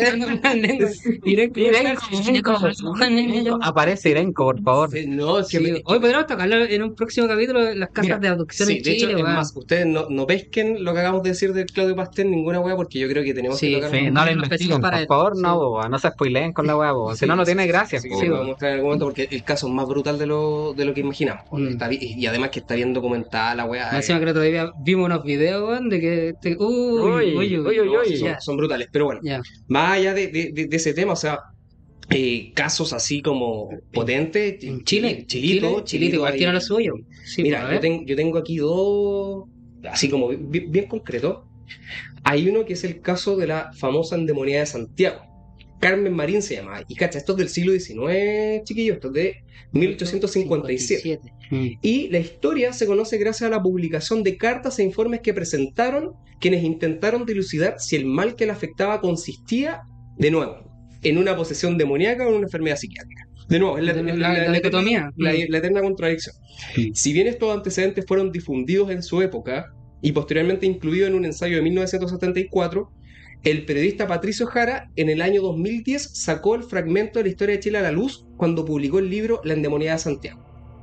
Irenco, aparece Irenco, por favor. Eh, No, es que Sí, me- hoy podríamos tocarlo en un próximo capítulo de las casas Mira, de adopción sí, en de hecho, Chile, es weón. más, ustedes no, no pesquen lo que acabamos de decir del Claudio Pastén, ninguna wea, porque yo creo que tenemos Sí, que tocar. Sí, no no lo lo investiguen, investiguen para por él. favor, Sí. no, boba, no se spoileen con la weá, boba. Si Sí, no, no sí, tiene sí, gracia, sí, po, sí, lo weón. vamos a traer en algún momento porque el caso es más brutal de lo, de lo que imaginamos. Mm. Está bi- y además que está bien documentada la wea. Más eh, encima que el otro día vimos unos videos, weón, de que... Te... Uy, Uy, uy, uy, uy, uy, no, uy. son, ya, son brutales. Pero bueno, ya. más allá de, de- de- de ese tema, o sea, eh, casos así como potentes. En Chile, Chilito, Chilito igual ahí. tiene lo suyo. Sí, Mira, pues, a yo, ver. ten- yo tengo aquí dos, así como bien, bien concreto. Hay uno que es el caso de la famosa endemoniada de Santiago. Carmen Marín se llama. Y cacha, esto es del siglo diecinueve, chiquillos, esto es de mil ochocientos cincuenta y siete. Mm. Y la historia se conoce gracias a la publicación de cartas e informes que presentaron quienes intentaron dilucidar si el mal que la afectaba consistía, de nuevo, en una posesión demoníaca o en una enfermedad psiquiátrica. De nuevo, es la, La- la- la- la- la dicotomía. la- Mm. la eterna contradicción. Mm. Si bien estos antecedentes fueron difundidos en su época y posteriormente incluidos en un ensayo de mil novecientos setenta y cuatro, el periodista Patricio Jara en el año dos mil diez sacó el fragmento de la historia de Chile a la luz cuando publicó el libro La endemoniada de Santiago.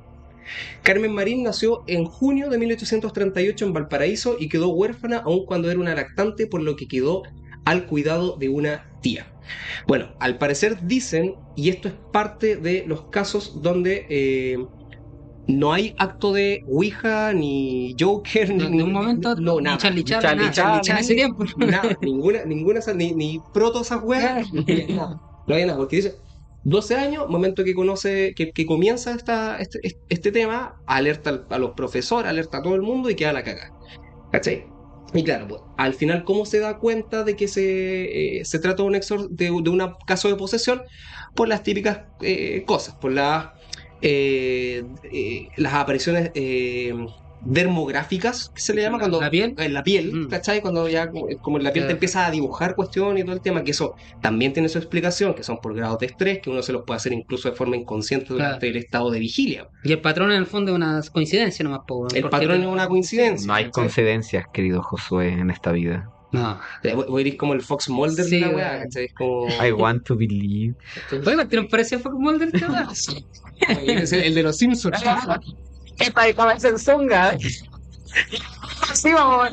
Carmen Marín nació en junio de mil ochocientos treinta y ocho en Valparaíso y quedó huérfana aun cuando era una lactante, por lo que quedó al cuidado de una tía. Bueno, al parecer dicen, y esto es parte de los casos donde eh, no hay acto de Ouija, ni Joker, No, ni de un momento, no, ni nada. Charlie Chaplin, Charlie nada, Chaplin. en ese tiempo. Nada, ninguna, ninguna, esa- ni, ni proto esas weas, no había nada, no había nada, porque dice doce años, momento que conoce, que, que comienza esta, este, este tema, alerta al- a los profesores, alerta a todo el mundo y queda la cagada. ¿Cachai? Y claro, pues, al final, ¿cómo se da cuenta de que se, eh, se trata de un, exor- de, de un caso de posesión? Por las típicas eh, cosas, por las, eh, eh, las apariciones eh, dermográficas, que se le llama La- cuando la piel. en la piel, Mm. ¿cachai? Cuando ya como, como la piel te Claro. empieza a dibujar cuestiones y todo el tema, que eso también tiene su explicación, que son por grados de estrés, que uno se los puede hacer incluso de forma inconsciente durante Claro. el estado de vigilia. Y el patrón en el fondo es una coincidencia nomás, po, El porque- patrón es una coincidencia. No hay ¿cachai? coincidencias, querido Josué, en esta vida. No. Eh, Voy voy a ir como el Fox Mulder Sí, de la weá, weón. ¿cachai? Es como... I want to believe. Oye, ¿te nos parece Fox Mulder? este weón? Es el, el de los Simpsons. Esta de cabeza en zonga. Sí, vamos.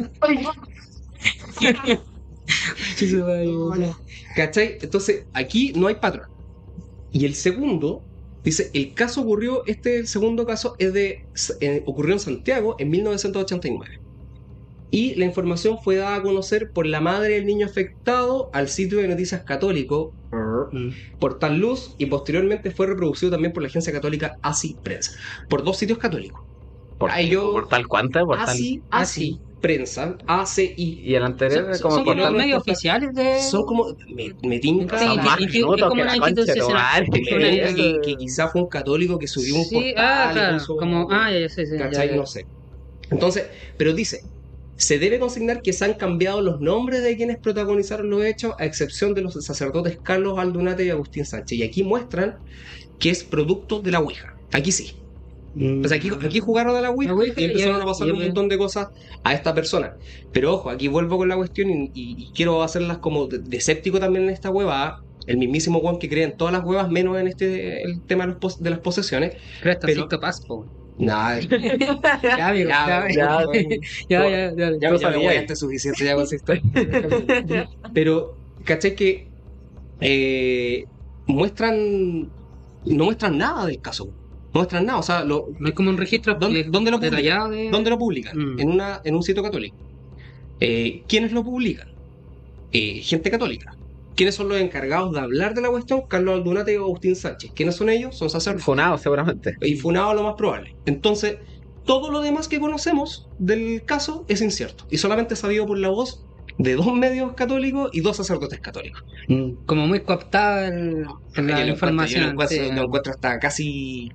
¿Cachai? Entonces, aquí no hay patrón. Y el segundo, dice, el caso ocurrió, este el segundo caso es de, eh, ocurrió en Santiago en mil novecientos ochenta y nueve. Y la información fue dada a conocer por la madre del niño afectado al sitio de noticias católico, Mm. Portal Luz, y posteriormente fue reproducido también por la agencia católica Así Prensa, por dos sitios católicos. ¿Por, Ay, yo- ¿Por tal cuánta? ¿Por tal? Así, Así Prensa, A C I. Y el anterior Son, es como son por como tal. medios oficiales de... Son como, me, me tinca, Sí, Son y- más y- y- minutos es como que una la concha de tu institucional. madre. me Una- tinca que, que quizá fue un católico que subió un Sí, portal ah, y claro, puso- como... Ah, ya, ya sé, sí, ya, ¿cachai? ya. No sé. Entonces, pero dice, se debe consignar que se han cambiado los nombres de quienes protagonizaron los hechos, a excepción de los sacerdotes Carlos Aldunate y Agustín Sánchez. Y aquí muestran que es producto de la Ouija. Aquí sí. Mm. Pues aquí, aquí jugaron a la Ouija, La Ouija y empezaron y- a pasar y- un montón de cosas a esta persona. Pero ojo, aquí vuelvo con la cuestión y, y- y quiero hacerlas como de, de escéptico también en esta hueva. El mismísimo Juan que cree en todas las huevas, menos en este el tema de, los pos- de las posesiones. Pero está pero- Sixto Paz, po. Nada, Ya, amigo, ya, ya, ya, ya, ya, ya, ya. ya, Yo ya me sabía. voy, esto es suficiente ya con esa historia. Pero, ¿cachai? Que eh, muestran, no muestran nada del caso. No muestran nada, o sea, lo, No hay como un registro ¿Dónde- de- dónde lo publican? detallado de... ¿dónde lo publican? Mm. En, una, en un sitio católico. Eh, ¿Quiénes lo publican? Eh, gente católica. ¿Quiénes son los encargados de hablar de la cuestión? Carlos Aldunate y Agustín Sánchez. ¿Quiénes son ellos? Son sacerdotes. Funado, seguramente. Y funado lo más probable. Entonces, todo lo demás que conocemos del caso es incierto. Y solamente sabido por la voz de dos medios católicos y dos sacerdotes católicos. Mm, Como muy cooptada el- en Yo la lo información. encuentro, yo lo encuentro, sí. lo encuentro hasta casi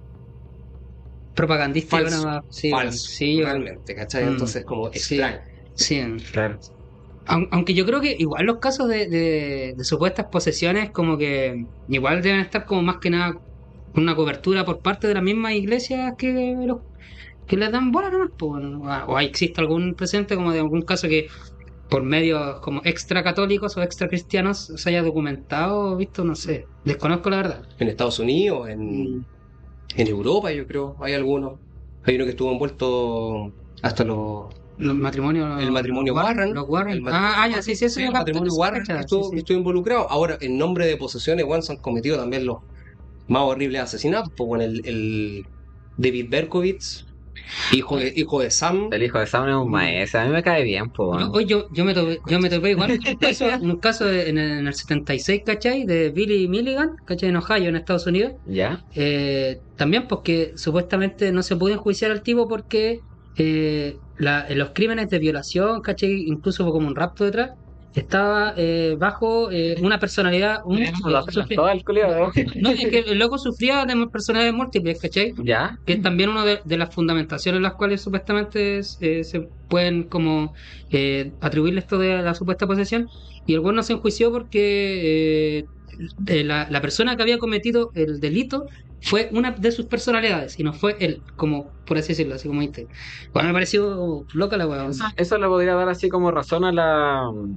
Propagandístico falso, nomás. Sí, falso, sí, yo- realmente, ¿cachai? Mm, Entonces, como sí. extraño. sí. Claro. Aun- Aunque yo creo que igual los casos de, de- de supuestas posesiones como que igual deben estar como más que nada con una cobertura por parte de las mismas iglesias que los que les dan bola nomás, po, ¿no? O hay- existe algún presente como de algún caso que por medios como extra católicos o extra cristianos se haya documentado o visto, no sé, desconozco la verdad. En Estados Unidos, en, en Europa, yo creo, hay algunos. Hay uno que estuvo envuelto hasta los. Los matrimonios, El matrimonio los Warren. los Warren. El mat- ah, ah, ya, sí, sí, eso Sí, yo el capto, matrimonio eso Warren cacha, que estuvo, sí, que sí. estuvo involucrado. Ahora, en nombre de posesiones, bueno, se han cometido también los más horribles asesinatos. Pues bueno, el, el David Berkowitz, hijo de, hijo de Sam. El hijo de Sam es un maestro. A mí me cae bien, po. Yo, hoy yo, yo, me topé, yo me topé igual en un caso, en un caso de- en, el, en el setenta y seis, ¿cachai? De Billy Milligan, ¿cachai? En Ohio, en Estados Unidos. ¿Ya? Eh, también porque supuestamente no se pudo enjuiciar al tipo porque eh, la- en los crímenes de violación, ¿cachai? Incluso hubo como un rapto detrás. Estaba eh, bajo eh, una personalidad... Un, sufría- Todo el culiado. no, es que el loco sufría de personalidades múltiples, ¿cachai? ¿Ya? Que es también una de, de las fundamentaciones en las cuales supuestamente es- eh, se pueden como eh, atribuirle esto de la supuesta posesión, y el güey no se enjuició porque eh, de la, la persona que había cometido el delito fue una de sus personalidades y no fue él, como por así decirlo, así como dijiste. Bueno, me pareció loca la weá. Eso le podría dar así como razón a la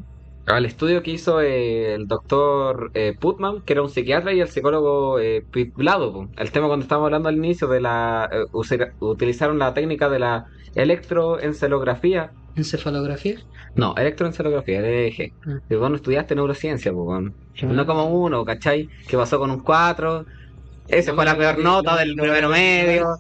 al estudio que hizo eh, el doctor eh, Putman, que era un psiquiatra, y el psicólogo eh, Piblado, po. El tema cuando estábamos hablando al inicio de la... eh, usera- utilizaron la técnica de la electroencelografía. ¿Encefalografía? No, electroencelografía, E E G. Ah. Y vos no estudiaste neurociencia, pues, weón. No como uno, ¿cachai? Que pasó con un cuatro. Esa fue la peor nota del primero medio.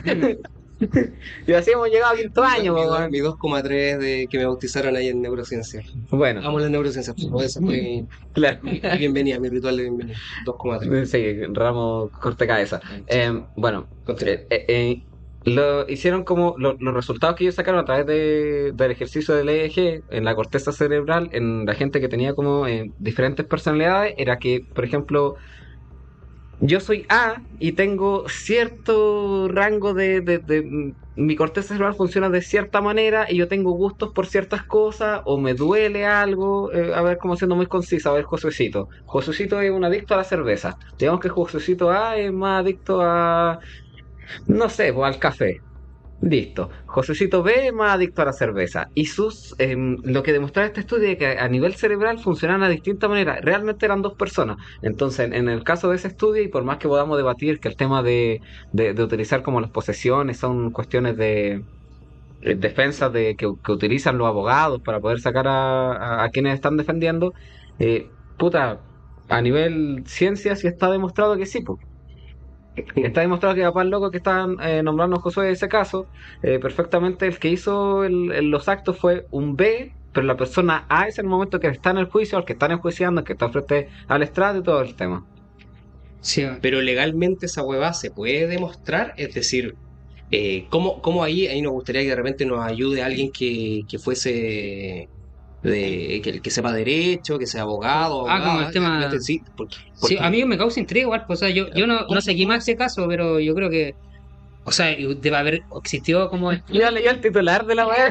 Y así hemos llegado a quinto año, Mi, pues, do- weón. mi dos coma tres de que me bautizaron ahí en neurociencia. Bueno, Amo la neurociencia, por eso fue claro. mi bienvenida, mi ritual de bienvenida. dos coma tres. Sí, Ramos corte cabeza. Eh, bueno, Continúa. eh, eh, eh, lo hicieron como lo- los resultados que ellos sacaron a través de, del ejercicio del E E G en la corteza cerebral, en la gente que tenía como eh, diferentes personalidades, era que, por ejemplo, yo soy A y tengo cierto rango de, de, de- mm, mi corteza cerebral funciona de cierta manera y yo tengo gustos por ciertas cosas o me duele algo. Eh, a ver, como siendo muy concisa, a ver, Josuecito. Josuecito es un adicto a la cerveza. Digamos que Josuecito A es más adicto a, no sé, pues al café. Listo. Josuecito B es más adicto a la cerveza. Y sus em, lo que demostraba este estudio es que a nivel cerebral funcionaban de distinta manera. Realmente eran dos personas. Entonces, en el caso de ese estudio, y por más que podamos debatir que el tema de, de, de utilizar como las posesiones son cuestiones de eh, defensa de que, que utilizan los abogados para poder sacar a, a- a quienes están defendiendo, eh, puta, a nivel ciencia sí está demostrado que sí, pues. Está demostrado que capaz el loco que están eh, nombrando a Josué en ese caso, eh, perfectamente el que hizo el- el- los actos fue un B, pero la persona A es el momento que está en el juicio, al que están enjuiciando, el que está frente al estrado y todo el tema. Sí, weón. Pero legalmente esa huevada se puede demostrar, es decir, eh, ¿cómo, cómo ahí, ahí nos gustaría que de repente nos ayude alguien que, que fuese de que, que sepa derecho, que sea abogado, Ah, como abogada, el tema- realmente sí, porque, Sí, porque- a mí me causa intriga igual, pues, o sea, yo, yo no, no seguí más ese caso, pero yo creo que, o sea, debe haber existido como Ya leí el titular de la web.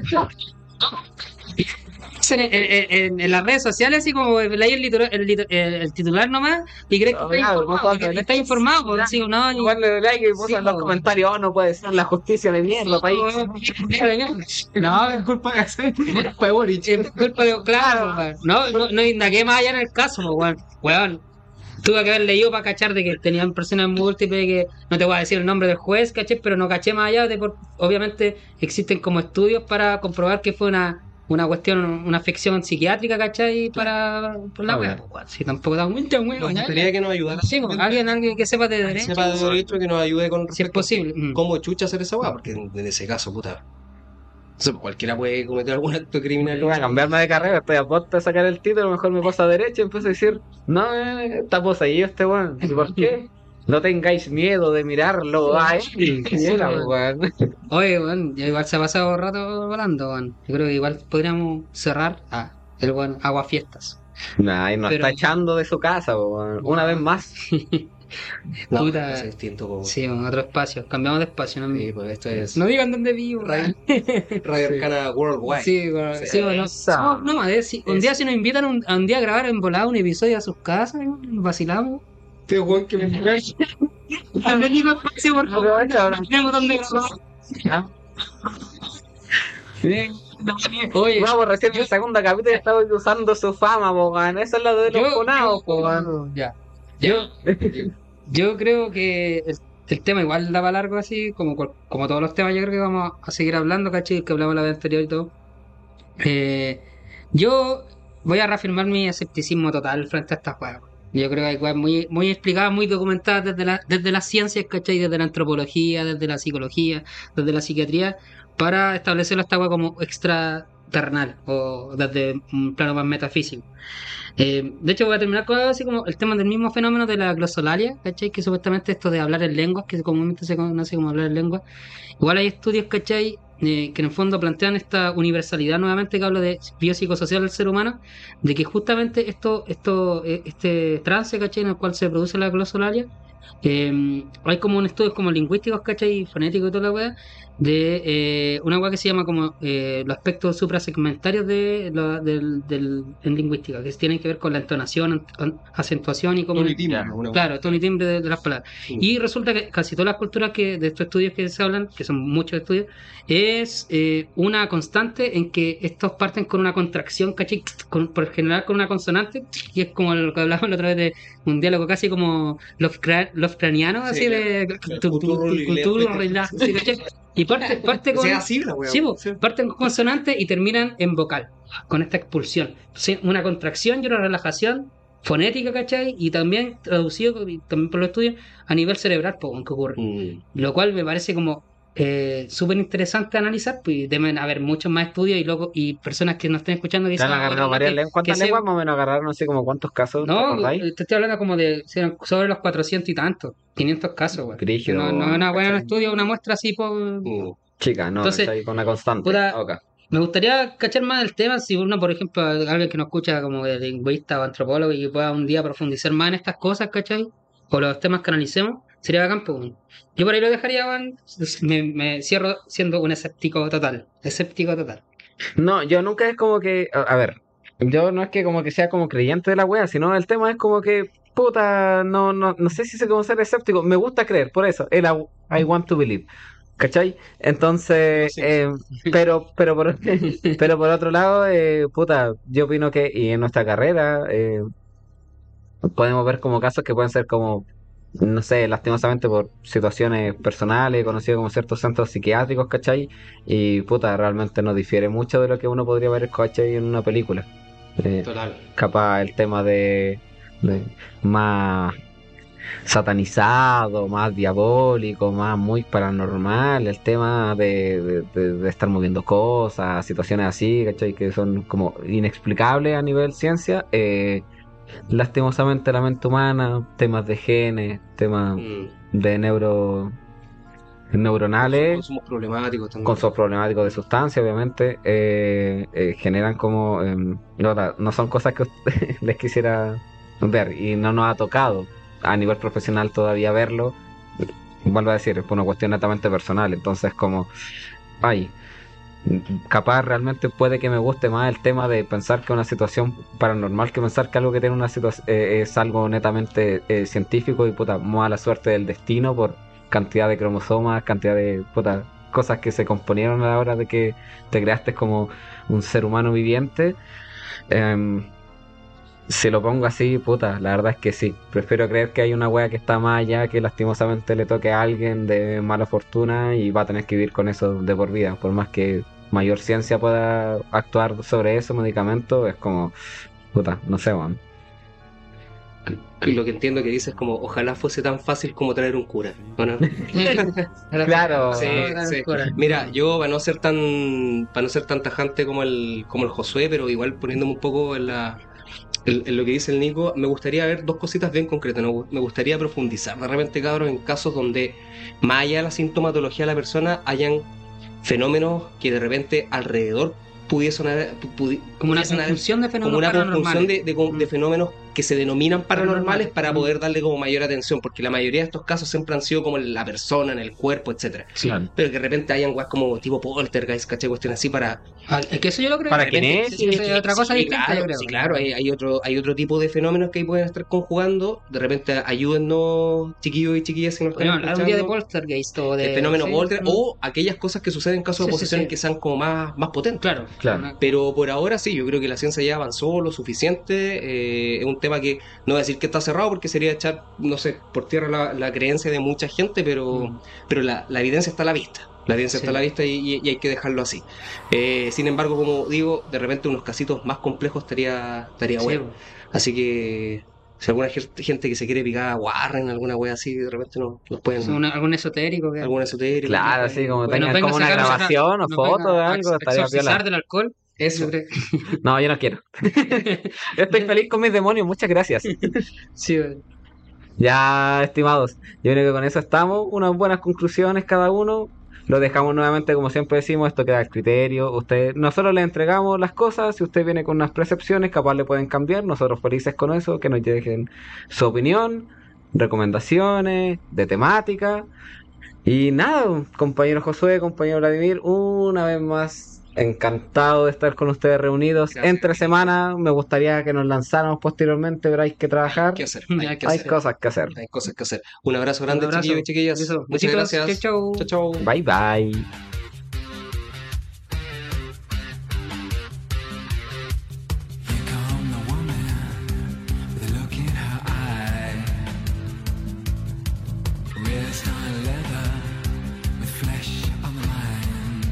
en, en- en- en las redes sociales, así como leí el, titular, el, litu- el- el titular nomás y crees que No, está claro, informado, no, que no, está informado, pues, no, así, no, y- Igual le like y puso Sí, en los po. comentarios, oh, no puede ser la justicia de mierda, país. No, es culpa de fue Boric. Es culpa de, claro, weón. no, no, no indagué más allá en el caso, pues, weón. Weón, tuve que haber leído para cachar de que tenían personas múltiples, que no te voy a decir el nombre del juez, caché, pero no caché más allá de por, obviamente existen como estudios para comprobar que fue una, una cuestión, una afección psiquiátrica, ¿cachai? Para, por la Ah, weá, bueno. pues, weón. Si tampoco da mucho, nos weón. gustaría que nos ayudara. Sí, pues, alguien, alguien que sepa de Que derecho. sepa de derecho, que nos ayude con Si es respecto a posible. Mm. cómo chucha hacer esa hueá, porque en, en ese caso, puta. O sea, cualquiera puede cometer algún acto criminal. Voy a cambiarme de carrera, estoy a punto de sacar el título, mejor me paso a derecho y empiezo a decir, no, eh, está poseído este weón. ¿Y por qué? No tengáis miedo de mirarlo a él. Sí, Mira, weón. weón. Oye, weón, ya igual se ha pasado rato volando, weón. Yo creo que igual podríamos cerrar ah, el weón Agua Fiestas. Nah, y nos Pero- está echando de su casa, weón. Una vez más. No, Puta. es distinto, po. Sí, weón, otro espacio. Cambiamos de espacio, ¿no? Sí, pues esto es No digan dónde vivo. Radio, Radio Arcana Worldwide. Sí, weón. Sí. Sí, weón. Esa. No, no, más, eh, si- un día si nos invitan un, a un día a grabar en volado un episodio a sus casas, weón, nos vacilamos. Este weón que me También digo espacio, por favor. Tenemos donde grabar. Bien. Oye, Vamos, recién en el segundo capítulo estaba usando su fama, po, weón. Esa es la de los yo, funados, po, yo- weón. ya. Yo, yo creo que el, el tema igual daba largo así, como, cual- como todos los temas, yo creo que vamos a seguir hablando, ¿cachai? Que hablamos la vez anterior y todo. Eh, yo voy a reafirmar mi escepticismo total frente a estas weas. Yo creo que hay weas muy, muy explicadas, muy documentadas desde, la, desde las ciencias, ¿cachai? Desde la antropología, desde la psicología, desde la psiquiatría, para establecer esta wea como extraterrenal o desde un plano más metafísico. Eh, de hecho, voy a terminar con algo así como el tema del mismo fenómeno de la glosolalia, ¿cachai? Que supuestamente esto de hablar en lenguas, que comúnmente se conoce como hablar en lenguas. Igual hay estudios, ¿cachai? Eh, que en el fondo plantean esta universalidad nuevamente que hablo de biopsicosocial del ser humano, de que justamente esto, esto, eh, este trance, ¿cachai? En el cual se produce la glosolalia, eh, hay como un estudios como lingüísticos, ¿cachai? Fonéticos y toda la weá, de eh, una cosa que se llama como eh, los aspectos suprasegmentarios de, la- del, del- en lingüística, que tienen que ver con la entonación, an- acentuación y cómo... Tono y timbre, una- Claro, tono y timbre de, de las palabras. Mm. Y resulta que casi todas las culturas que de estos estudios que se hablan, que son muchos estudios, es eh, una constante en que estos parten con una contracción, ¿cachai? Con, por general con una consonante, y es como lo que hablábamos la otra vez de un diálogo casi como Lovecra- Lovecraftiano, Sí, así claro. de... Claro, tu- tu- Cthulhu tu- y Cthulhu, Lovecraft. relax, así, ¿cachai? Y parte, parte O con... sea, así la wea. Sí, po, Sí. parten con consonante y terminan en vocal, con esta expulsión. Sí, una contracción y una relajación fonética, ¿cachai? Y también traducido, y también por los estudios, a nivel cerebral, pues, que ocurre. Mm. Lo cual me parece como eh, súper interesante analizar, pues deben haber muchos más estudios y luego y personas que nos estén escuchando que ¿Te han dicen, "Ah, agarrado no, varias que- lenguas? ¿Cuántas que se- lenguas más o menos agarraron? No sé como cuántos casos, ¿te No, acordáis? te estoy hablando como de sobre los cuatrocientos y tantos, quinientos casos, güey. Brígido, No, no es una buena ¿cachai? estudio, una muestra así por... Mm. Chica, no, Entonces, está ahí con una constante. puta, Ok. Me gustaría cachar más del tema, si uno, por ejemplo, alguien que nos escucha como de lingüista o antropólogo y que pueda un día profundizar más en estas cosas, ¿cachai? O los temas que analicemos, sería bacán, pues. Yo por ahí lo dejaría, weón. Me, me cierro siendo un escéptico total. Escéptico total. No, yo nunca es como que, a, a ver, yo no es que como que sea como creyente de la wea, sino el tema es como que, puta, no, no, no sé si sé cómo ser escéptico, me gusta creer, por eso, el I, I want to believe, ¿cachai? Entonces, Sí. eh, pero, pero por, pero por otro lado, eh, puta, yo opino que, y en nuestra carrera, eh, podemos ver como casos que pueden ser como, no sé, lastimosamente por situaciones personales, conocidos como ciertos centros psiquiátricos, ¿cachai? Y puta, realmente no difiere mucho de lo que uno podría ver, ¿cachai? En una película. Eh, Total. capaz el tema de, de más satanizado, más diabólico, más muy paranormal, el tema de, de, de- de estar moviendo cosas, situaciones así, ¿cachai? Que son como inexplicables a nivel ciencia. Eh, lastimosamente la mente humana, temas de genes, temas Mm. de neuro neuronales, Consumos problemáticos también. con sus problemáticos de sustancia, obviamente, eh, eh, generan como... em, no, no son cosas que usted- les quisiera ver y no nos ha tocado a nivel profesional todavía verlo. Vuelvo a decir, es por una cuestión netamente personal, entonces como... Ay, capaz realmente puede que me guste más el tema de pensar que una situación paranormal que pensar que algo que tiene una situación es algo netamente eh, científico y puta, mala suerte del destino por cantidad de cromosomas, cantidad de puta, cosas que se componieron a la hora de que te creaste como un ser humano viviente. Em, si lo pongo así, puta, la verdad es que sí. Prefiero creer que hay una wea que está más allá, que lastimosamente le toque a alguien de mala fortuna y va a tener que vivir con eso de por vida. Por más que mayor ciencia pueda actuar sobre eso, medicamentos, es como, puta, no sé, man. Y lo que entiendo que dices es como, ojalá fuese tan fácil como traer un cura, ¿o no? Claro. Sí, Ahora, sí. ahora. Mira, yo para no ser tan para no ser tan tajante como el como el Josué, pero igual poniéndome un poco en la en, en lo que dice el Nico, me gustaría ver dos cositas bien concretas. ¿No? Me gustaría profundizar de repente, cabros, en casos donde más allá de la sintomatología de la persona hayan fenómenos que de repente alrededor pudiesen haber, pudi- Como una pudiesen haber- conjunción de como fenómenos una paranormales. conjunción de, de- de Mm. fenómenos que se denominan paranormales Paranormales. para Mm. poder darle como mayor atención, porque la mayoría de estos casos siempre han sido como en la persona, en el cuerpo, etcétera. Claro. Pero que de repente hayan weas como tipo poltergeist, ¿cachai? Cuestiones así para... Ah, es que eso yo lo creo. ¿Para De quién repente, es? sí, eso es otra cosa Sí, distinta, claro, yo creo. sí, claro, hay, hay otro, hay otro tipo de fenómenos que ahí pueden estar conjugando. De repente ayúdennos, chiquillos y chiquillas, si nos están Bueno, hablar un día de escuchando, poltergeist o de... el fenómeno sí, poltergeist, mm. o aquellas cosas que suceden en casos de Sí, sí, posesiones sí. que sean como más, más potentes. Claro, Claro. Pero por ahora sí, yo creo que la ciencia ya avanzó lo suficiente. eh, es un tema que no voy a decir que está cerrado porque sería echar, no sé, por tierra la, la creencia de mucha gente, pero, Mm. pero la, la evidencia está a la vista. La evidencia Sí. está a la vista y, y- y hay que dejarlo así. Eh, sin embargo, como digo, de repente unos casitos más complejos estaría, estaría Sí, bueno. Así que si alguna gen- gente que se quiere picar a Warren, alguna wea así, de repente nos, nos pueden... es una- algún esotérico que... algún esotérico. Claro, así como Bueno, tengan venga como a una sacarnos grabación o nos venga foto de a algo, ex- estaría exorcizar piola. del alcohol. Eso. Yo creo- No, yo no quiero. Yo estoy feliz con mis demonios, muchas gracias. Sí, güey. Ya, estimados, yo creo que con eso estamos. Unas buenas conclusiones cada uno. Lo dejamos nuevamente, como siempre decimos, esto queda al criterio. Usted, nosotros le entregamos las cosas. Si usted viene con unas percepciones, capaz le pueden cambiar. Nosotros felices con eso, que nos dejen su opinión, recomendaciones de temática. Y nada, compañero Josué, compañero Vladimir, una vez más, encantado de estar con ustedes reunidos. Gracias. Entre semana, me gustaría que nos lanzáramos posteriormente, pero hay que trabajar. ¿Qué hacer? Hay Hay que Hay hacer. cosas que hacer. Hay cosas que hacer. Un abrazo Un grande, abrazo. chiquillos y chiquillas. Eso. Muchas Besitos. gracias. Chau, chau. Chao, chao. Bye bye. Here come the woman with a look in her eye. Wrist on leather with flesh on the line.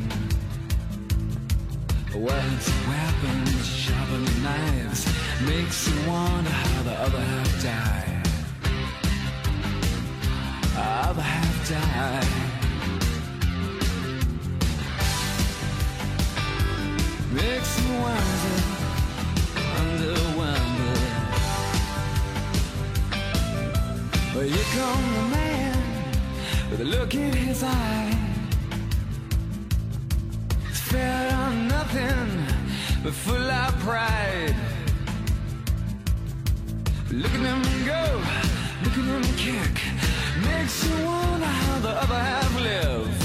Words, weapons, sharpened knives makes you wonder how the other half died. Other half died. Makes you wonder, wonder, wonder. Well, here come the man with a look in his eye. He's fed on nothing but full of pride. Look at him go, look at him kick. Makes you wonder how the other half live.